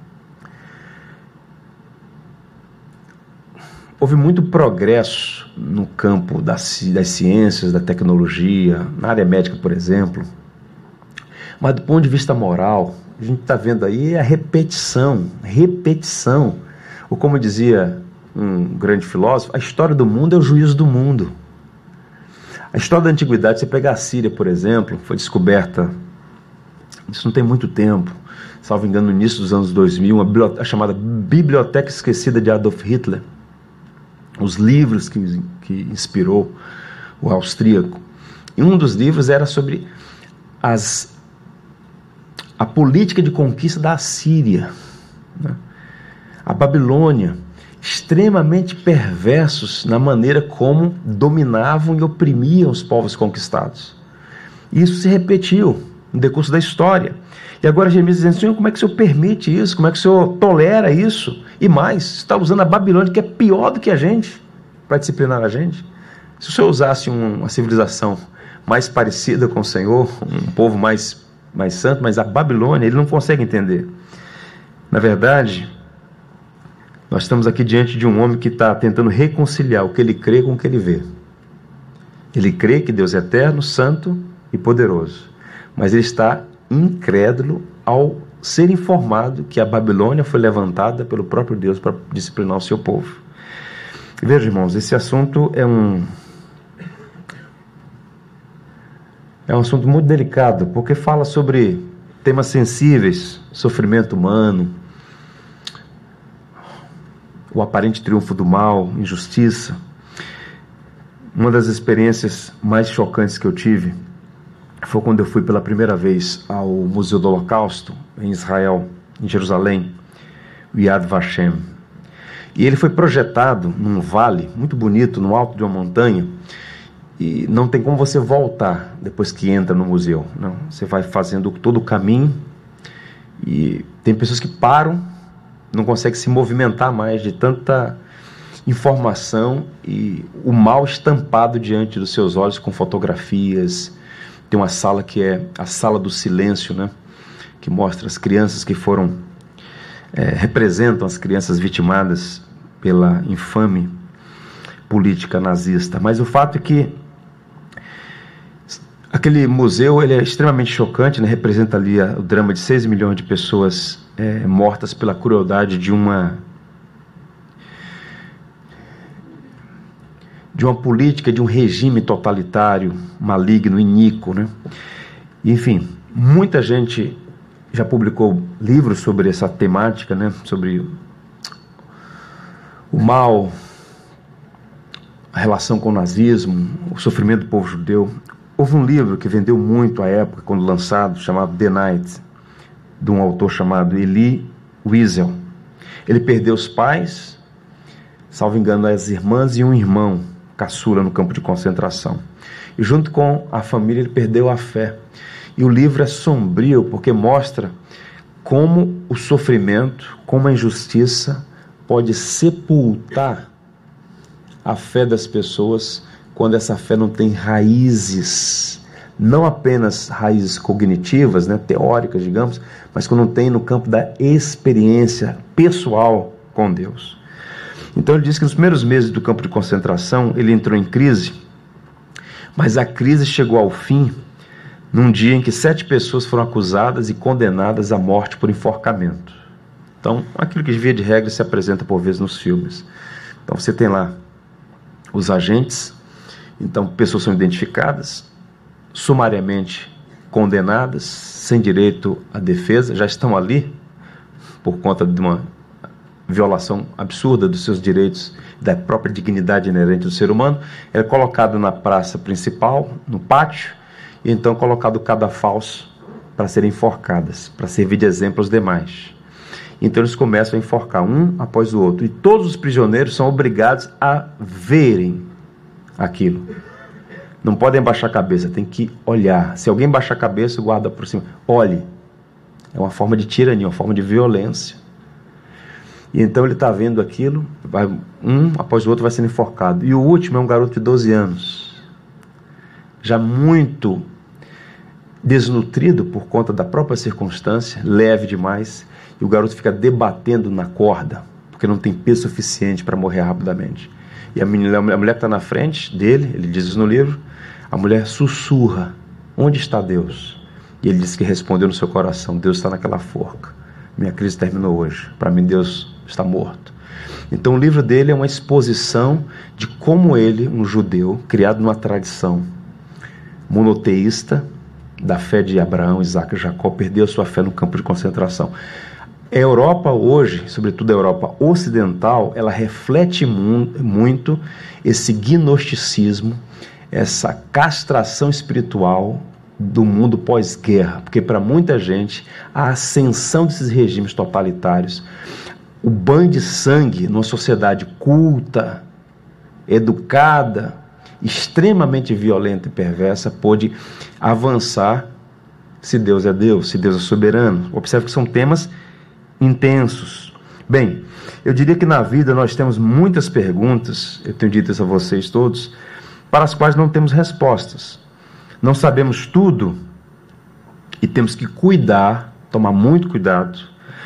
houve muito progresso no campo das, das ciências, da tecnologia, na área médica, por exemplo. Mas do ponto de vista moral, a gente está vendo aí a repetição, repetição. Ou como dizia um grande filósofo, a história do mundo é o juízo do mundo. A história da antiguidade, você pega a Síria, por exemplo, foi descoberta, isso não tem muito tempo, salvo engano, no início dos anos dois mil, uma a chamada Biblioteca Esquecida de Adolf Hitler, os livros que, que inspirou o austríaco. E um dos livros era sobre as a política de conquista da Assíria, né? A Babilônia, extremamente perversos na maneira como dominavam e oprimiam os povos conquistados. Isso se repetiu no decurso da história. E agora Jeremias dizendo, Senhor, como é que o Senhor permite isso? Como é que o Senhor tolera isso? E mais, está usando a Babilônia, que é pior do que a gente, para disciplinar a gente. Se o Senhor usasse uma civilização mais parecida com o Senhor, um povo mais mais santo, mas a Babilônia, ele não consegue entender. Na verdade, Nós estamos aqui diante de um homem que está tentando reconciliar o que ele crê com o que ele vê. Ele crê que Deus é eterno, santo e poderoso, mas ele está incrédulo ao ser informado que a Babilônia foi levantada pelo próprio Deus para disciplinar o seu povo. E veja, irmãos, esse assunto é um é um assunto muito delicado, porque fala sobre temas sensíveis, sofrimento humano, o aparente triunfo do mal, injustiça. Uma das experiências mais chocantes que eu tive foi quando eu fui pela primeira vez ao Museu do Holocausto, em Israel, em Jerusalém, o Yad Vashem. E ele foi projetado num vale muito bonito, no alto de uma montanha, e não tem como você voltar depois que entra no museu. Não, você vai fazendo todo o caminho, e tem pessoas que param, não conseguem se movimentar mais de tanta informação e o mal estampado diante dos seus olhos com fotografias. Tem uma sala que é a sala do silêncio, né? Que mostra as crianças que foram, é, representam as crianças vitimadas pela infame política nazista. Mas o fato é que aquele museu ele é extremamente chocante, né? Representa ali a, o drama de seis milhões de pessoas é, mortas pela crueldade de uma de uma política, de um regime totalitário, maligno, iníquo, né? Enfim, muita gente já publicou livros sobre essa temática, né? Sobre o mal, a relação com o nazismo, o sofrimento do povo judeu. Houve um livro que vendeu muito à época, quando lançado, chamado The Night, de um autor chamado Elie Wiesel. Ele perdeu os pais, salvo engano, as irmãs e um irmão caçula no campo de concentração. E junto com a família ele perdeu a fé. E o livro é sombrio porque mostra como o sofrimento, como a injustiça pode sepultar a fé das pessoas quando essa fé não tem raízes, não apenas raízes cognitivas, né, teóricas, digamos, mas quando não tem no campo da experiência pessoal com Deus. Então ele diz que nos primeiros meses do campo de concentração ele entrou em crise, mas a crise chegou ao fim num dia em que sete pessoas foram acusadas e condenadas à morte por enforcamento. Então, aquilo que via de regra se apresenta por vezes nos filmes. Então você tem lá os agentes, então pessoas são identificadas, sumariamente condenadas, sem direito à defesa, já estão ali por conta de uma violação absurda dos seus direitos, da própria dignidade inerente do ser humano. É colocado na praça principal, no pátio, e então colocado cada falso para serem enforcadas, para servir de exemplo aos demais. Então eles começam a enforcar um após o outro, e todos os prisioneiros são obrigados a verem aquilo. Não podem baixar a cabeça, tem que olhar. Se alguém baixar a cabeça, guarda por cima. Olhe. É uma forma de tirania, uma forma de violência. E então ele está vendo aquilo, vai, um após o outro vai sendo enforcado. E o último é um garoto de doze anos, já muito desnutrido por conta da própria circunstância, leve demais, e o garoto fica debatendo na corda, porque não tem peso suficiente para morrer rapidamente. E a, menina, a mulher que está na frente dele, ele diz isso no livro, a mulher sussurra: onde está Deus? E ele diz que respondeu no seu coração: Deus está naquela forca. Minha crise terminou hoje. Para mim, Deus está morto. Então, o livro dele é uma exposição de como ele, um judeu, criado numa tradição monoteísta, da fé de Abraão, Isaac e Jacó, perdeu sua fé no campo de concentração. A Europa hoje, sobretudo a Europa ocidental, ela reflete muito esse gnosticismo, essa castração espiritual do mundo pós-guerra, porque para muita gente a ascensão desses regimes totalitários, o banho de sangue numa sociedade culta, educada, extremamente violenta e perversa, pôde avançar se Deus é Deus, se Deus é soberano. Observe que são temas intensos. Bem, eu diria que na vida nós temos muitas perguntas, eu tenho dito isso a vocês todos, para as quais não temos respostas. Não sabemos tudo e temos que cuidar, tomar muito cuidado,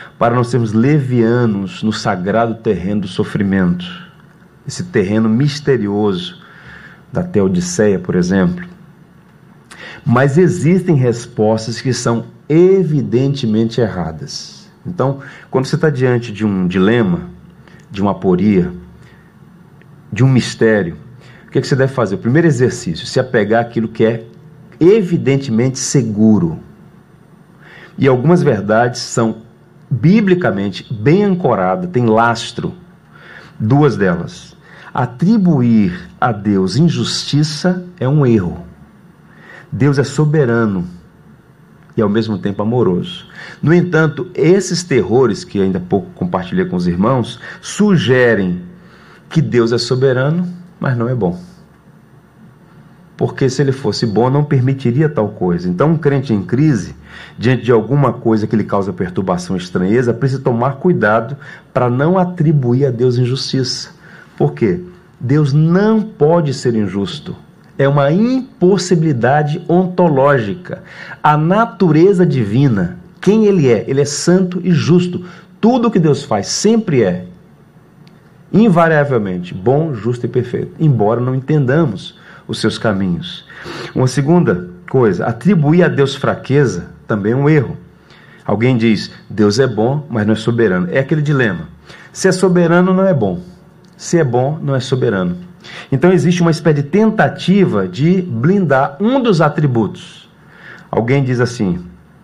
para não sermos levianos no sagrado terreno do sofrimento, esse terreno misterioso da Teodiceia, por exemplo. Mas existem respostas que são evidentemente erradas. Então, quando você está diante de um dilema, de uma aporia, de um mistério, o que, é que você deve fazer? O primeiro exercício, se apegar àquilo que é evidentemente seguro. E algumas verdades são biblicamente bem ancoradas, tem lastro. Duas delas. Atribuir a Deus injustiça é um erro. Deus é soberano e ao mesmo tempo amoroso. No entanto, esses terrores, que ainda há pouco compartilhei com os irmãos, sugerem que Deus é soberano, mas não é bom. Porque se ele fosse bom, não permitiria tal coisa. Então, um crente em crise, diante de alguma coisa que lhe causa perturbação e estranheza, precisa tomar cuidado para não atribuir a Deus injustiça. Por quê? Deus não pode ser injusto. É uma impossibilidade ontológica. A natureza divina, quem ele é? Ele é santo e justo. Tudo o que Deus faz sempre é, invariavelmente, bom, justo e perfeito, embora não entendamos os seus caminhos. Uma segunda coisa, atribuir a Deus fraqueza também é um erro. Alguém diz, Deus é bom, mas não é soberano. É aquele dilema. Se é soberano, não é bom. Se é bom, não é soberano. Então existe uma espécie de tentativa de blindar um dos atributos. Alguém diz assim,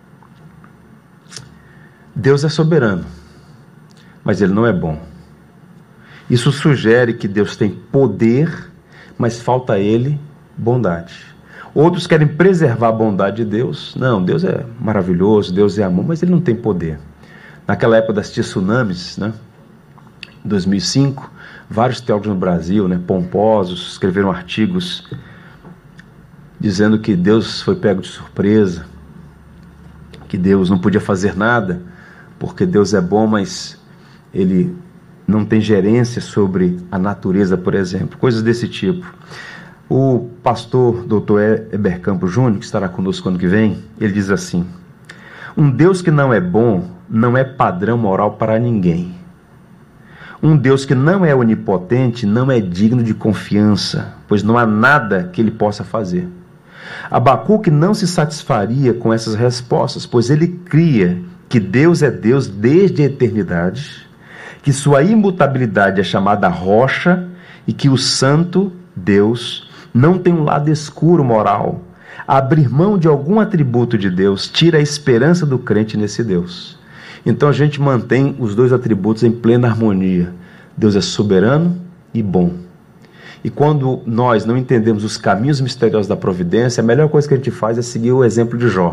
Deus é soberano, mas ele não é bom. Isso sugere que Deus tem poder, mas falta a ele bondade. Outros querem preservar a bondade de Deus. Não, Deus é maravilhoso, Deus é amor, mas ele não tem poder. Naquela época das tsunamis, né, em dois mil e cinco, vários teólogos no Brasil, né, pomposos, escreveram artigos dizendo que Deus foi pego de surpresa, que Deus não podia fazer nada, porque Deus é bom, mas ele não tem gerência sobre a natureza, por exemplo, coisas desse tipo. O pastor doutor Heber Campos Júnior, que estará conosco ano que vem, ele diz assim, um Deus que não é bom não é padrão moral para ninguém. Um Deus que não é onipotente não é digno de confiança, pois não há nada que ele possa fazer. Abacuque não se satisfaria com essas respostas, pois ele cria que Deus é Deus desde a eternidade, que sua imutabilidade é chamada rocha e que o santo Deus não tem um lado escuro moral. Abrir mão de algum atributo de Deus tira a esperança do crente nesse Deus. Então a gente mantém os dois atributos em plena harmonia. Deus é soberano e bom. E quando nós não entendemos os caminhos misteriosos da providência, a melhor coisa que a gente faz é seguir o exemplo de Jó.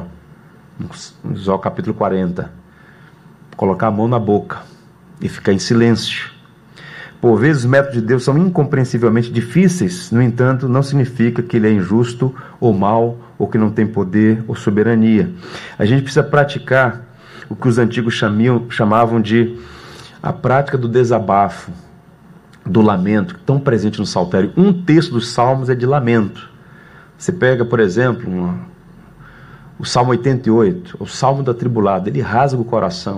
No Jó capítulo quarenta. Colocar a mão na boca e ficar em silêncio. Por vezes os métodos de Deus são incompreensivelmente difíceis, no entanto, não significa que ele é injusto ou mau, ou que não tem poder ou soberania. A gente precisa praticar o que os antigos chamiam, chamavam de a prática do desabafo, do lamento, tão presente no saltério. Um terço dos salmos é de lamento. Você pega, por exemplo, uma, o Salmo oitenta e oito, o Salmo do atribulado, ele rasga o coração,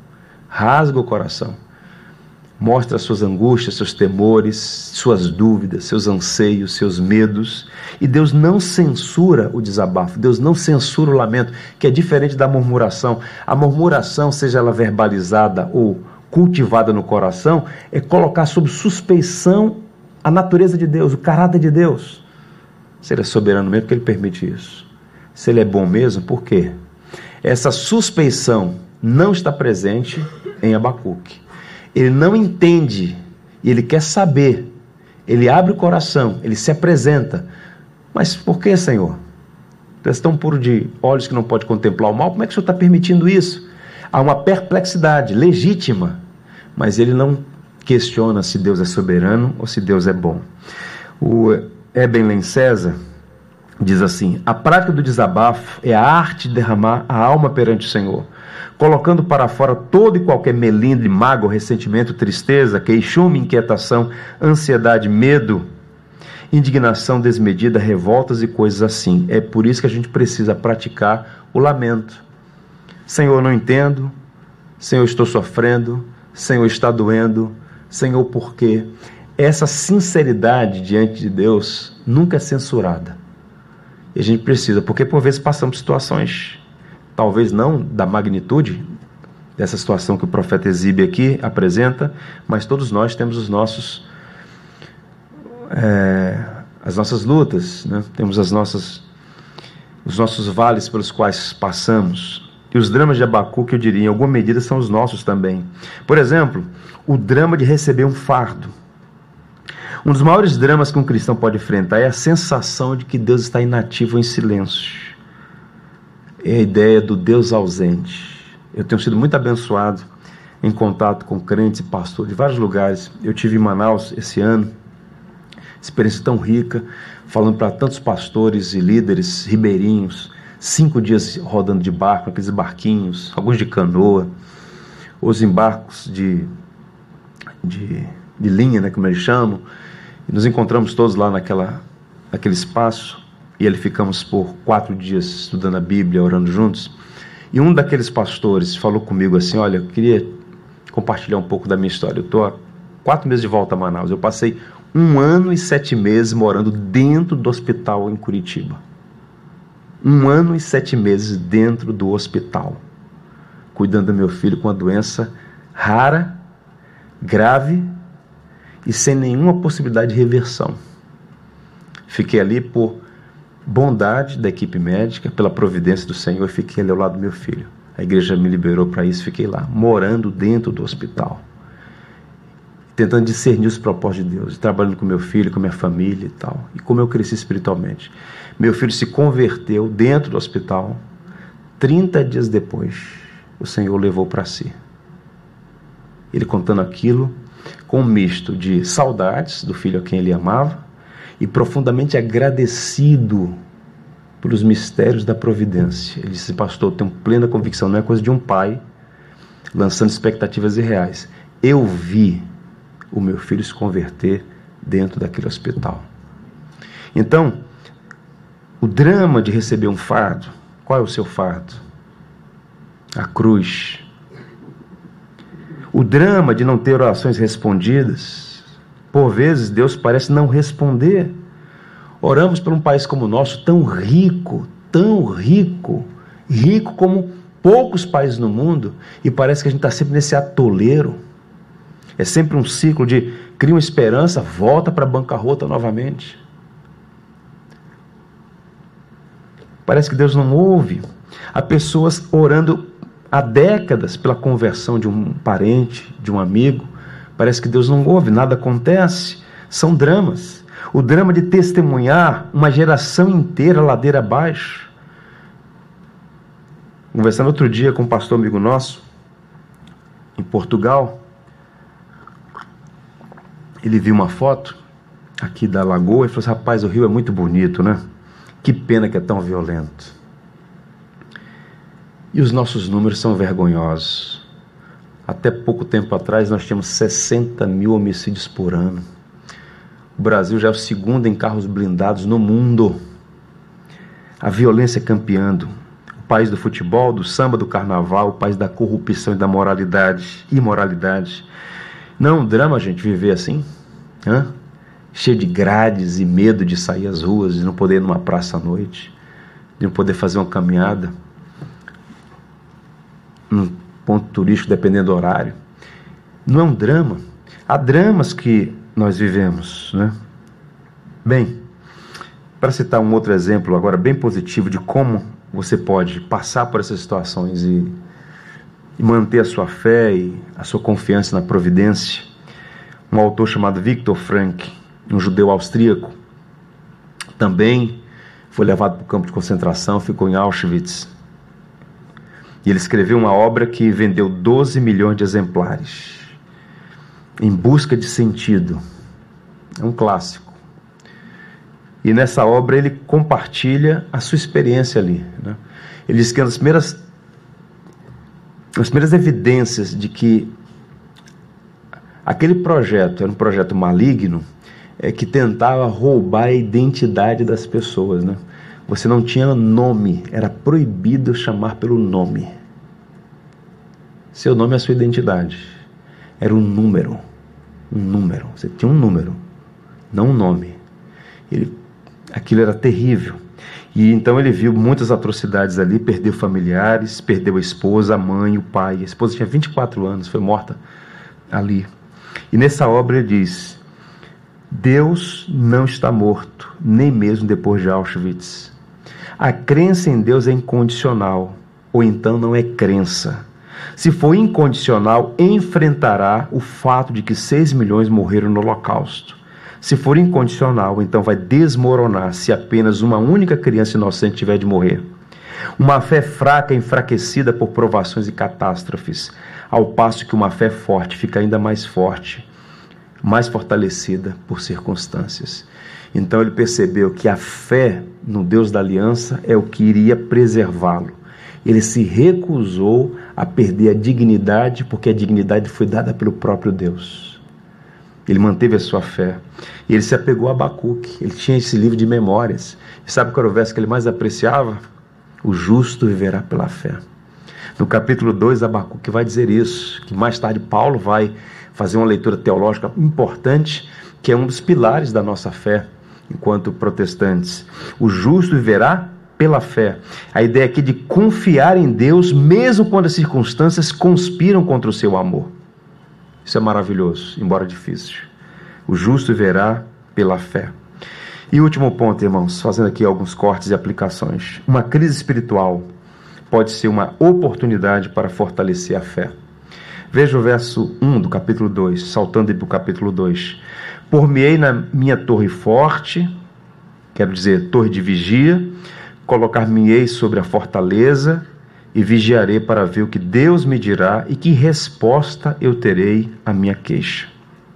rasga o coração, mostra suas angústias, seus temores, suas dúvidas, seus anseios, seus medos, e Deus não censura o desabafo, Deus não censura o lamento, que é diferente da murmuração. A murmuração, seja ela verbalizada ou cultivada no coração, é colocar sob suspeição a natureza de Deus, o caráter de Deus. Se ele é soberano mesmo, porque ele permite isso. Se ele é bom mesmo, por quê? Essa suspeição não está presente em Abacuque. Ele não entende, e ele quer saber, ele abre o coração, ele se apresenta. Mas por que, Senhor? Tu és tão puro de olhos que não pode contemplar o mal, como é que o Senhor está permitindo isso? Há uma perplexidade legítima, mas ele não questiona se Deus é soberano ou se Deus é bom. O Eben Lencesa diz assim, a prática do desabafo é a arte de derramar a alma perante o Senhor, colocando para fora todo e qualquer melindre, mágoa, ressentimento, tristeza, queixume, inquietação, ansiedade, medo, indignação desmedida, revoltas e coisas assim. É por isso que a gente precisa praticar o lamento. Senhor, não entendo. Senhor, estou sofrendo, Senhor, está doendo, Senhor, por quê? Essa sinceridade diante de Deus nunca é censurada. E a gente precisa, porque por vezes passamos situações, talvez não da magnitude dessa situação que o profeta exibe aqui, apresenta, mas todos nós temos os nossos, é, as nossas lutas, né? Temos as nossas, os nossos vales pelos quais passamos. E os dramas de Abacuque, eu diria, em alguma medida são os nossos também. Por exemplo, o drama de receber um fardo. Um dos maiores dramas que um cristão pode enfrentar é a sensação de que Deus está inativo em silêncio. É a ideia do Deus ausente. Eu tenho sido muito abençoado em contato com crentes e pastores de vários lugares. Eu tive em Manaus esse ano, experiência tão rica, falando para tantos pastores e líderes ribeirinhos, cinco dias rodando de barco, aqueles barquinhos, alguns de canoa, os embarcos de, de, de linha, né, como eles chamam. E nos encontramos todos lá naquela, naquele espaço, e ali ficamos por quatro dias estudando a Bíblia, orando juntos. E um daqueles pastores falou comigo assim: olha, eu queria compartilhar um pouco da minha história. Eu estou há quatro meses de volta a Manaus. Eu passei um ano e sete meses morando dentro do hospital em Curitiba. Um ano e sete meses dentro do hospital, cuidando do meu filho com uma doença rara, grave e sem nenhuma possibilidade de reversão. Fiquei ali por bondade da equipe médica, pela providência do Senhor, e fiquei ali ao lado do meu filho. A igreja me liberou para isso, fiquei lá, morando dentro do hospital, tentando discernir os propósitos de Deus, trabalhando com meu filho, com minha família e tal, e como eu cresci espiritualmente. Meu filho se converteu dentro do hospital. trinta dias depois, o Senhor o levou para si. Ele contando aquilo com um misto de saudades do filho a quem ele amava e profundamente agradecido pelos mistérios da providência. Ele disse: pastor, eu tenho plena convicção, não é coisa de um pai lançando expectativas irreais. Eu vi o meu filho se converter dentro daquele hospital. Então, o drama de receber um fardo, qual é o seu fardo? A cruz. O drama de não ter orações respondidas, por vezes Deus parece não responder. Oramos por um país como o nosso, tão rico, tão rico, rico como poucos países no mundo, e parece que a gente está sempre nesse atoleiro. É sempre um ciclo de cria uma esperança, volta para a bancarrota novamente. Parece que Deus não ouve. Há pessoas orando há décadas pela conversão de um parente, de um amigo. Parece que Deus não ouve, nada acontece. São dramas. O drama de testemunhar uma geração inteira ladeira abaixo. Conversando outro dia com um pastor amigo nosso, em Portugal, ele viu uma foto aqui da lagoa e falou assim: rapaz, o rio é muito bonito, né? Que pena que é tão violento. E os nossos números são vergonhosos. Até pouco tempo atrás nós tínhamos sessenta mil homicídios por ano. O Brasil já é o segundo em carros blindados no mundo. A violência campeando. O país do futebol, do samba, do carnaval, o país da corrupção e da moralidade, imoralidade. Não é um drama, gente, viver assim? Hã? Cheio de grades e medo de sair às ruas, de não poder ir numa praça à noite, de não poder fazer uma caminhada num ponto turístico, dependendo do horário. Não é um drama? Há dramas que nós vivemos, né? Bem, para citar um outro exemplo agora bem positivo de como você pode passar por essas situações e, e manter a sua fé e a sua confiança na providência, um autor chamado Viktor Frankl, um judeu austríaco, também foi levado para o campo de concentração, ficou em Auschwitz. E ele escreveu uma obra que vendeu doze milhões de exemplares, Em Busca de Sentido. É um clássico. E nessa obra ele compartilha a sua experiência ali, né? Ele diz que uma das primeiras, as primeiras evidências de que aquele projeto era um projeto maligno é que tentava roubar a identidade das pessoas, né? Você não tinha nome, era proibido chamar pelo nome. Seu nome é a sua identidade. Era um número. Um número. Você tinha um número, não um nome. Ele, aquilo era terrível. E então ele viu muitas atrocidades ali, perdeu familiares, perdeu a esposa, a mãe, o pai. A esposa tinha vinte e quatro anos, foi morta ali. E nessa obra ele diz: Deus não está morto, nem mesmo depois de Auschwitz. A crença em Deus é incondicional, ou então não é crença. Se for incondicional, enfrentará o fato de que seis milhões morreram no Holocausto. Se for incondicional, então vai desmoronar se apenas uma única criança inocente tiver de morrer. Uma fé fraca, enfraquecida por provações e catástrofes, ao passo que uma fé forte fica ainda mais forte, mais fortalecida por circunstâncias. Então ele percebeu que a fé no Deus da aliança é o que iria preservá-lo. Ele se recusou a perder a dignidade, porque a dignidade foi dada pelo próprio Deus. Ele manteve a sua fé. E ele se apegou a Abacuque. Ele tinha esse livro de memórias. E sabe qual era o verso que ele mais apreciava? O justo viverá pela fé. No capítulo dois, Abacuque vai dizer isso, que mais tarde Paulo vai fazer uma leitura teológica importante, que é um dos pilares da nossa fé enquanto protestantes. O justo viverá pela fé. A ideia aqui de confiar em Deus, mesmo quando as circunstâncias conspiram contra o seu amor. Isso é maravilhoso, embora difícil. O justo verá pela fé. E último ponto, irmãos, fazendo aqui alguns cortes e aplicações. Uma crise espiritual pode ser uma oportunidade para fortalecer a fé. Veja o verso um do capítulo dois, saltando para o capítulo dois. Por-me-ei na minha torre forte, quero dizer, torre de vigia, colocar-me-ei sobre a fortaleza, e vigiarei para ver o que Deus me dirá e que resposta eu terei à minha queixa.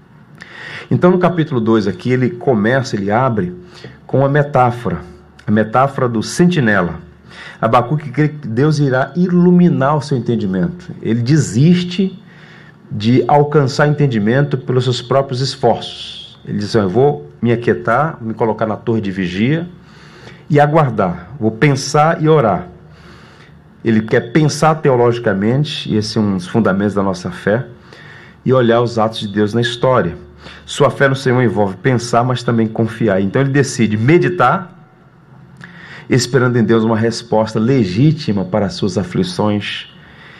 Então no capítulo dois aqui ele começa, ele abre com uma metáfora, a metáfora do sentinela. Abacuque crê que Deus irá iluminar o seu entendimento. Ele desiste de alcançar entendimento pelos seus próprios esforços. Ele diz assim: eu vou me aquietar, me colocar na torre de vigia e aguardar, vou pensar e orar. Ele quer pensar teologicamente, e esse é um dos fundamentos da nossa fé, e olhar os atos de Deus na história. Sua fé no Senhor envolve pensar, mas também confiar. Então ele decide meditar, esperando em Deus uma resposta legítima para as suas aflições,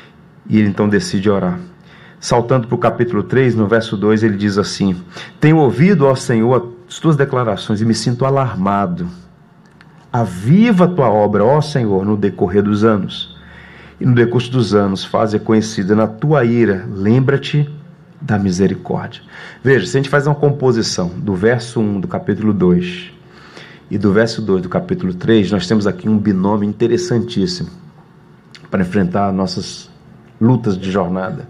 e ele então decide orar. Saltando para o capítulo três, no verso dois, ele diz assim: tenho ouvido, ó Senhor, as tuas declarações e me sinto alarmado. Aviva a tua obra, ó Senhor, no decorrer dos anos. E no decurso dos anos, faze conhecida na tua ira, lembra-te da misericórdia. Veja, se a gente faz uma composição do verso um do capítulo dois e do verso dois do capítulo três, nós temos aqui um binômio interessantíssimo para enfrentar nossas lutas de jornada.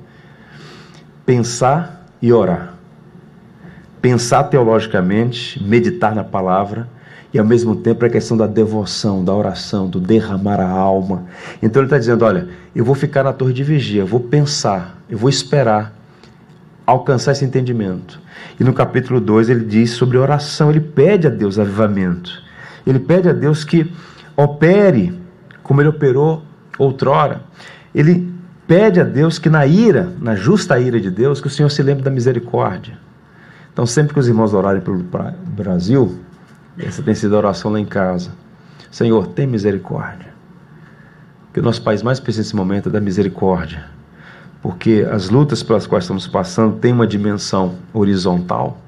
Pensar e orar. Pensar teologicamente, meditar na palavra, e ao mesmo tempo a questão da devoção, da oração, do derramar a alma. Então ele está dizendo: olha, eu vou ficar na torre de vigia, eu vou pensar, eu vou esperar alcançar esse entendimento. E no capítulo dois ele diz sobre oração, ele pede a Deus avivamento, ele pede a Deus que opere como ele operou outrora. Ele pede a Deus que na ira, na justa ira de Deus, que o Senhor se lembre da misericórdia. Então sempre que os irmãos orarem pelo Brasil, essa tem sido a oração lá em casa: Senhor, tem misericórdia. Que o nosso país mais precisa nesse momento é da misericórdia, porque as lutas pelas quais estamos passando têm uma dimensão horizontal,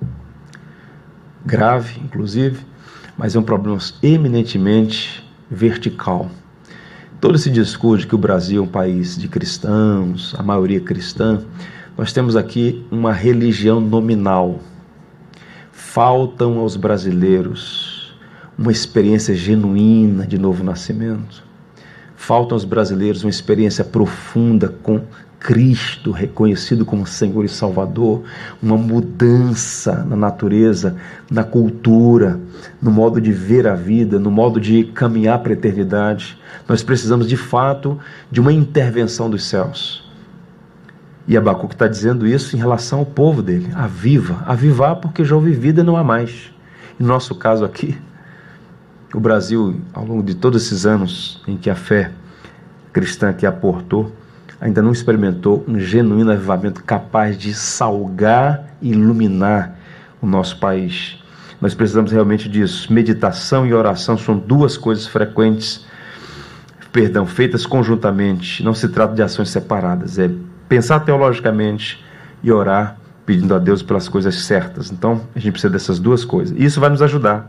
grave inclusive, mas é um problema eminentemente vertical. Todo esse discurso de que o Brasil é um país de cristãos, a maioria cristã, nós temos aqui uma religião nominal. Faltam aos brasileiros uma experiência genuína de novo nascimento. Faltam aos brasileiros uma experiência profunda com Cristo, reconhecido como Senhor e Salvador, uma mudança na natureza, na cultura, no modo de ver a vida, no modo de caminhar para a eternidade. Nós precisamos de fato de uma intervenção dos céus. E Abacuque está dizendo isso em relação ao povo dele: aviva, avivar porque já houve vida e não há mais. No nosso caso aqui, o Brasil, ao longo de todos esses anos em que a fé cristã aqui aportou, ainda não experimentou um genuíno avivamento capaz de salgar e iluminar o nosso país. Nós precisamos realmente disso. Meditação e oração são duas coisas frequentes, perdão, feitas conjuntamente. Não se trata de ações separadas. É pensar teologicamente e orar, pedindo a Deus pelas coisas certas. Então, a gente precisa dessas duas coisas. E isso vai nos ajudar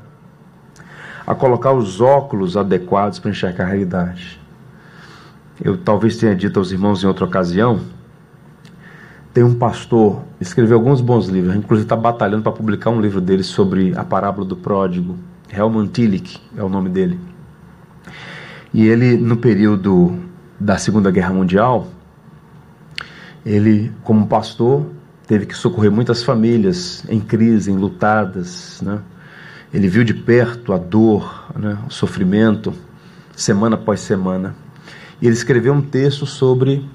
a colocar os óculos adequados para enxergar a realidade. Eu talvez tenha dito aos irmãos em outra ocasião, tem um pastor, escreveu alguns bons livros, a gente inclusive está batalhando para publicar um livro dele sobre a parábola do pródigo. Helmut Tillich é o nome dele. E ele, no período da Segunda Guerra Mundial, ele, como pastor, teve que socorrer muitas famílias em crise, enlutadas, né? Ele viu de perto a dor, né? O sofrimento, semana após semana. E ele escreveu um texto sobre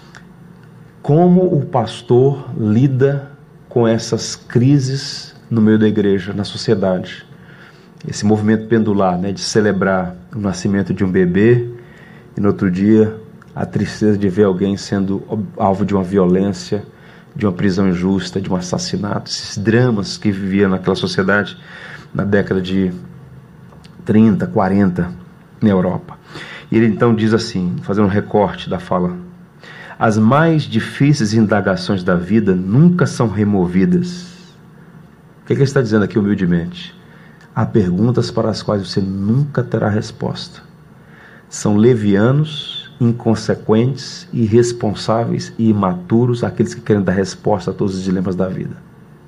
como o pastor lida com essas crises no meio da igreja, na sociedade. Esse movimento pendular, né, de celebrar o nascimento de um bebê e no outro dia a tristeza de ver alguém sendo alvo de uma violência, de uma prisão injusta, de um assassinato, esses dramas que viviam naquela sociedade na década de trinta, quarenta na Europa. E ele então diz assim, fazendo um recorte da fala: as mais difíceis indagações da vida nunca são removidas. O que, é que ele está dizendo aqui humildemente? Há perguntas para as quais você nunca terá resposta. São levianos, inconsequentes, irresponsáveis e imaturos aqueles que querem dar resposta a todos os dilemas da vida.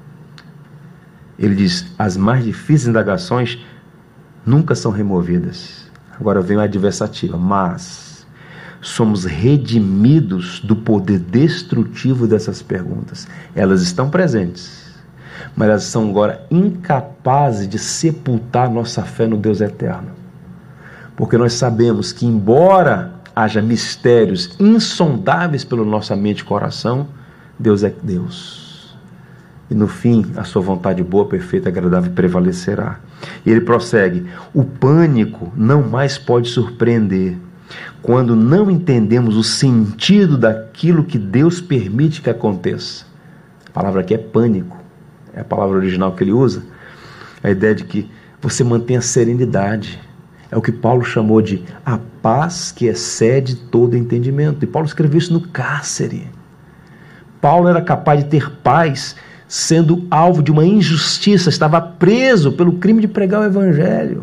Ele diz, as mais difíceis indagações nunca são removidas. Agora vem a adversativa, mas somos redimidos do poder destrutivo dessas perguntas. Elas estão presentes, mas elas são agora incapazes de sepultar nossa fé no Deus eterno. Porque nós sabemos que, embora haja mistérios insondáveis pela nossa mente e coração, Deus é Deus. E no fim, a sua vontade boa, perfeita e agradável prevalecerá. E ele prossegue, o pânico não mais pode surpreender quando não entendemos o sentido daquilo que Deus permite que aconteça. A palavra aqui é pânico, é a palavra original que ele usa, a ideia de que você mantém a serenidade. É o que Paulo chamou de a paz que excede todo entendimento. E Paulo escreveu isso no cárcere. Paulo era capaz de ter paz sendo alvo de uma injustiça, estava preso pelo crime de pregar o evangelho.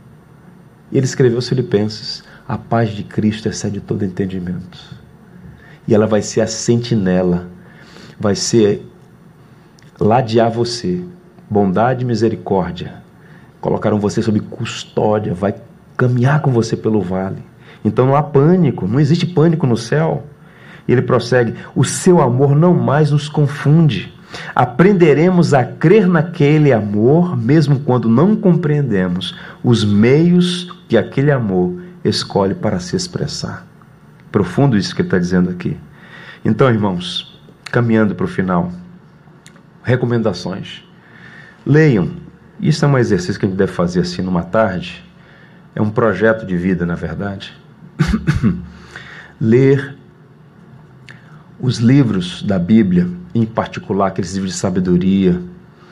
E ele escreveu aos Filipenses, a paz de Cristo excede todo entendimento. E ela vai ser a sentinela, vai ser ladear você, bondade e misericórdia, colocaram você sob custódia, vai caminhar com você pelo vale. Então não há pânico, não existe pânico no céu. E ele prossegue, o seu amor não mais nos confunde. Aprenderemos a crer naquele amor, mesmo quando não compreendemos os meios que aquele amor escolhe para se expressar. Profundo isso que ele está dizendo aqui. Então, irmãos, caminhando para o final, recomendações. Leiam. Isso é um exercício que a gente deve fazer assim numa tarde. É um projeto de vida, na verdade. Ler os livros da Bíblia, em particular aqueles livros de sabedoria,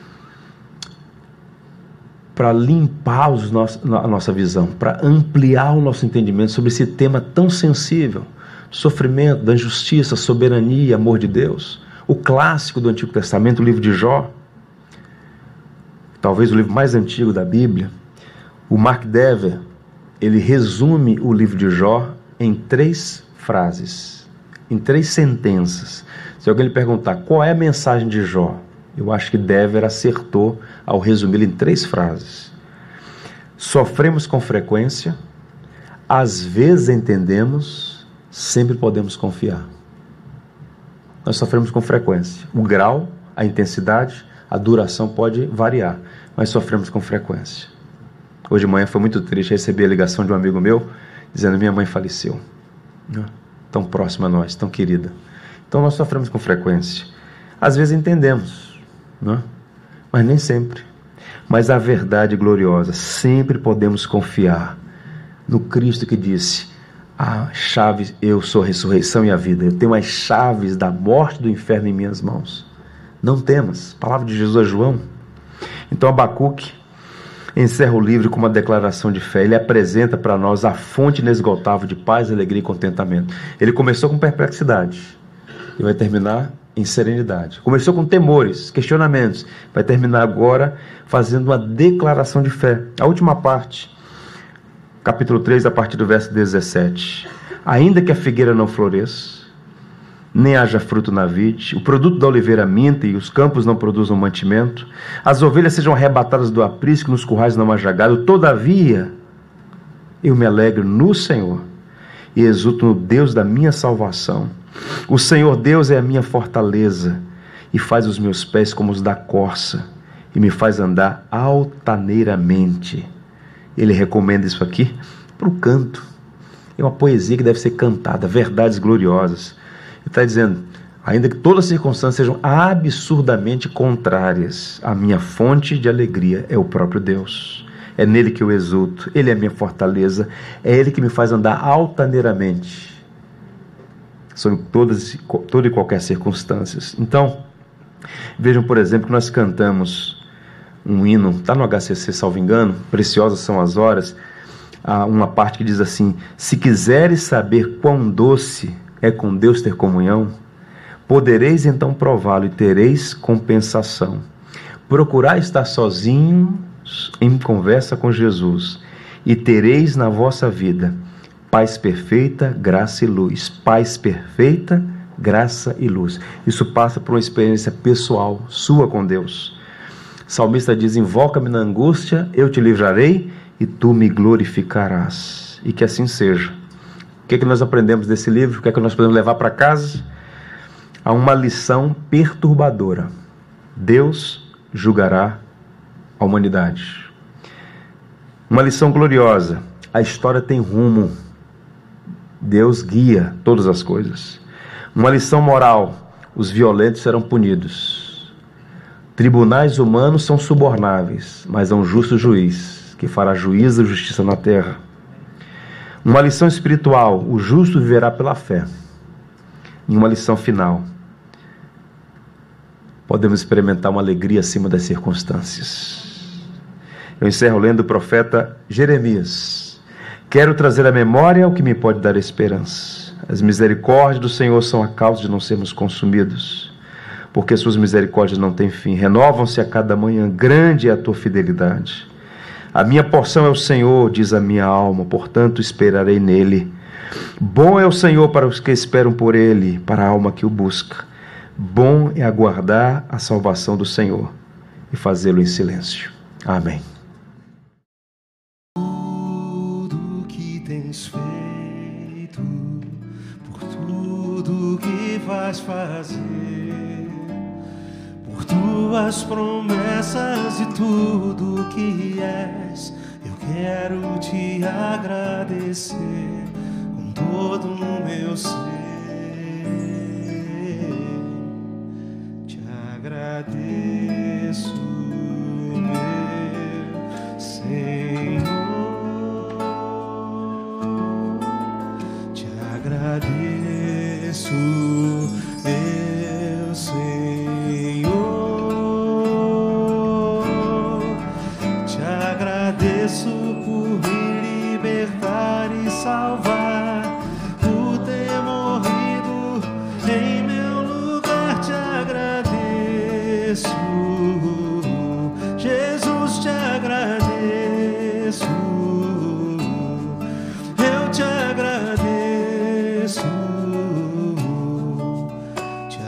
para limpar os nossos, a nossa visão, para ampliar o nosso entendimento sobre esse tema tão sensível, sofrimento, da injustiça, soberania, amor de Deus. O clássico do Antigo Testamento, o livro de Jó, talvez o livro mais antigo da Bíblia. O Mark Dever, ele resume o livro de Jó em três frases, em três sentenças. Se alguém lhe perguntar qual é a mensagem de Jó, eu acho que Dever acertou ao resumi-la em três frases. Sofremos com frequência, às vezes entendemos, sempre podemos confiar. Nós sofremos com frequência. O grau, a intensidade, a duração pode variar, mas sofremos com frequência. Hoje de manhã foi muito triste receber a ligação de um amigo meu, dizendo que minha mãe faleceu. Tão próxima a nós, tão querida. Então nós sofremos com frequência. Às vezes entendemos, não é? Mas nem sempre. Mas a verdade gloriosa, sempre podemos confiar no Cristo que disse, a chave, eu sou a ressurreição e a vida, eu tenho as chaves da morte e do inferno em minhas mãos. Não temas, palavra de Jesus a João. Então Abacuque encerra o livro com uma declaração de fé. Ele apresenta para nós a fonte inesgotável de paz, alegria e contentamento. Ele começou com perplexidade e vai terminar em serenidade. Começou com temores, questionamentos, vai terminar agora fazendo uma declaração de fé. A última parte, capítulo três, a partir do verso dezessete. Ainda que a figueira não floresça, nem haja fruto na vide, o produto da oliveira minta e os campos não produzam mantimento, as ovelhas sejam arrebatadas do aprisco, nos currais não haja gado, todavia eu me alegro no Senhor e exulto no Deus da minha salvação. O Senhor Deus é a minha fortaleza e faz os meus pés como os da corça e me faz andar altaneiramente. Ele recomenda isso aqui para o canto. É uma poesia que deve ser cantada, verdades gloriosas. Ele está dizendo, ainda que todas as circunstâncias sejam absurdamente contrárias, a minha fonte de alegria é o próprio Deus. É nele que eu exulto, ele é a minha fortaleza, é ele que me faz andar altaneiramente sobre todas, toda e qualquer circunstâncias. Então, vejam, por exemplo, que nós cantamos um hino, está no H C C, salvo engano, Preciosas São as Horas, há uma parte que diz assim, se quiseres saber quão doce é com Deus ter comunhão, podereis então prová-lo e tereis compensação. Procurai estar sozinhos em conversa com Jesus e tereis na vossa vida paz perfeita, graça e luz. Paz perfeita, graça e luz. Isso passa por uma experiência pessoal sua com Deus. O salmista diz, invoca-me na angústia, eu te livrarei e tu me glorificarás. E que assim seja. O que é que nós aprendemos desse livro? O que é que nós podemos levar para casa? Há uma lição perturbadora. Deus julgará a humanidade. Uma lição gloriosa. A história tem rumo. Deus guia todas as coisas. Uma lição moral. Os violentos serão punidos. Tribunais humanos são subornáveis, mas há um justo juiz que fará juízo e justiça na terra. Uma lição espiritual, o justo viverá pela fé. E uma lição final, podemos experimentar uma alegria acima das circunstâncias. Eu encerro lendo o profeta Jeremias. Quero trazer à memória o que me pode dar esperança. As misericórdias do Senhor são a causa de não sermos consumidos, porque suas misericórdias não têm fim, renovam-se a cada manhã, grande é a tua fidelidade. A minha porção é o Senhor, diz a minha alma, portanto esperarei nele. Bom é o Senhor para os que esperam por ele, para a alma que o busca. Bom é aguardar a salvação do Senhor e fazê-lo em silêncio. Amém. Tudo que tens feito, por tudo que vais fazer, por tuas promessas e tudo que és, eu quero te agradecer com todo o meu ser. Te agradeço, meu Senhor. Te agradeço, meu Senhor. Te agradeço por me libertar e salvar, por ter morrido em meu lugar. Te agradeço, Jesus, te agradeço. Eu te agradeço, te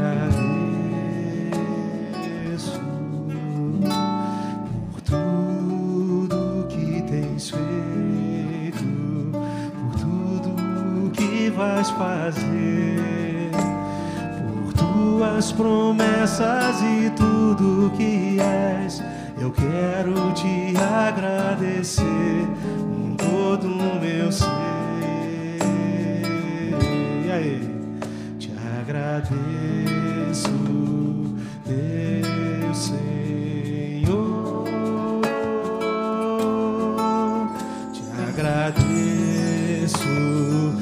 agradeço por tudo que tens feito, por tudo que vais fazer, por tuas promessas e tudo que és. Eu quero te agradecer com todo o meu ser. E aí? Te agradeço, meu Senhor. Te agradeço,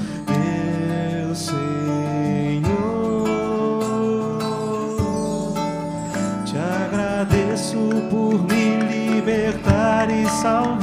agradeço por me libertar e salvar.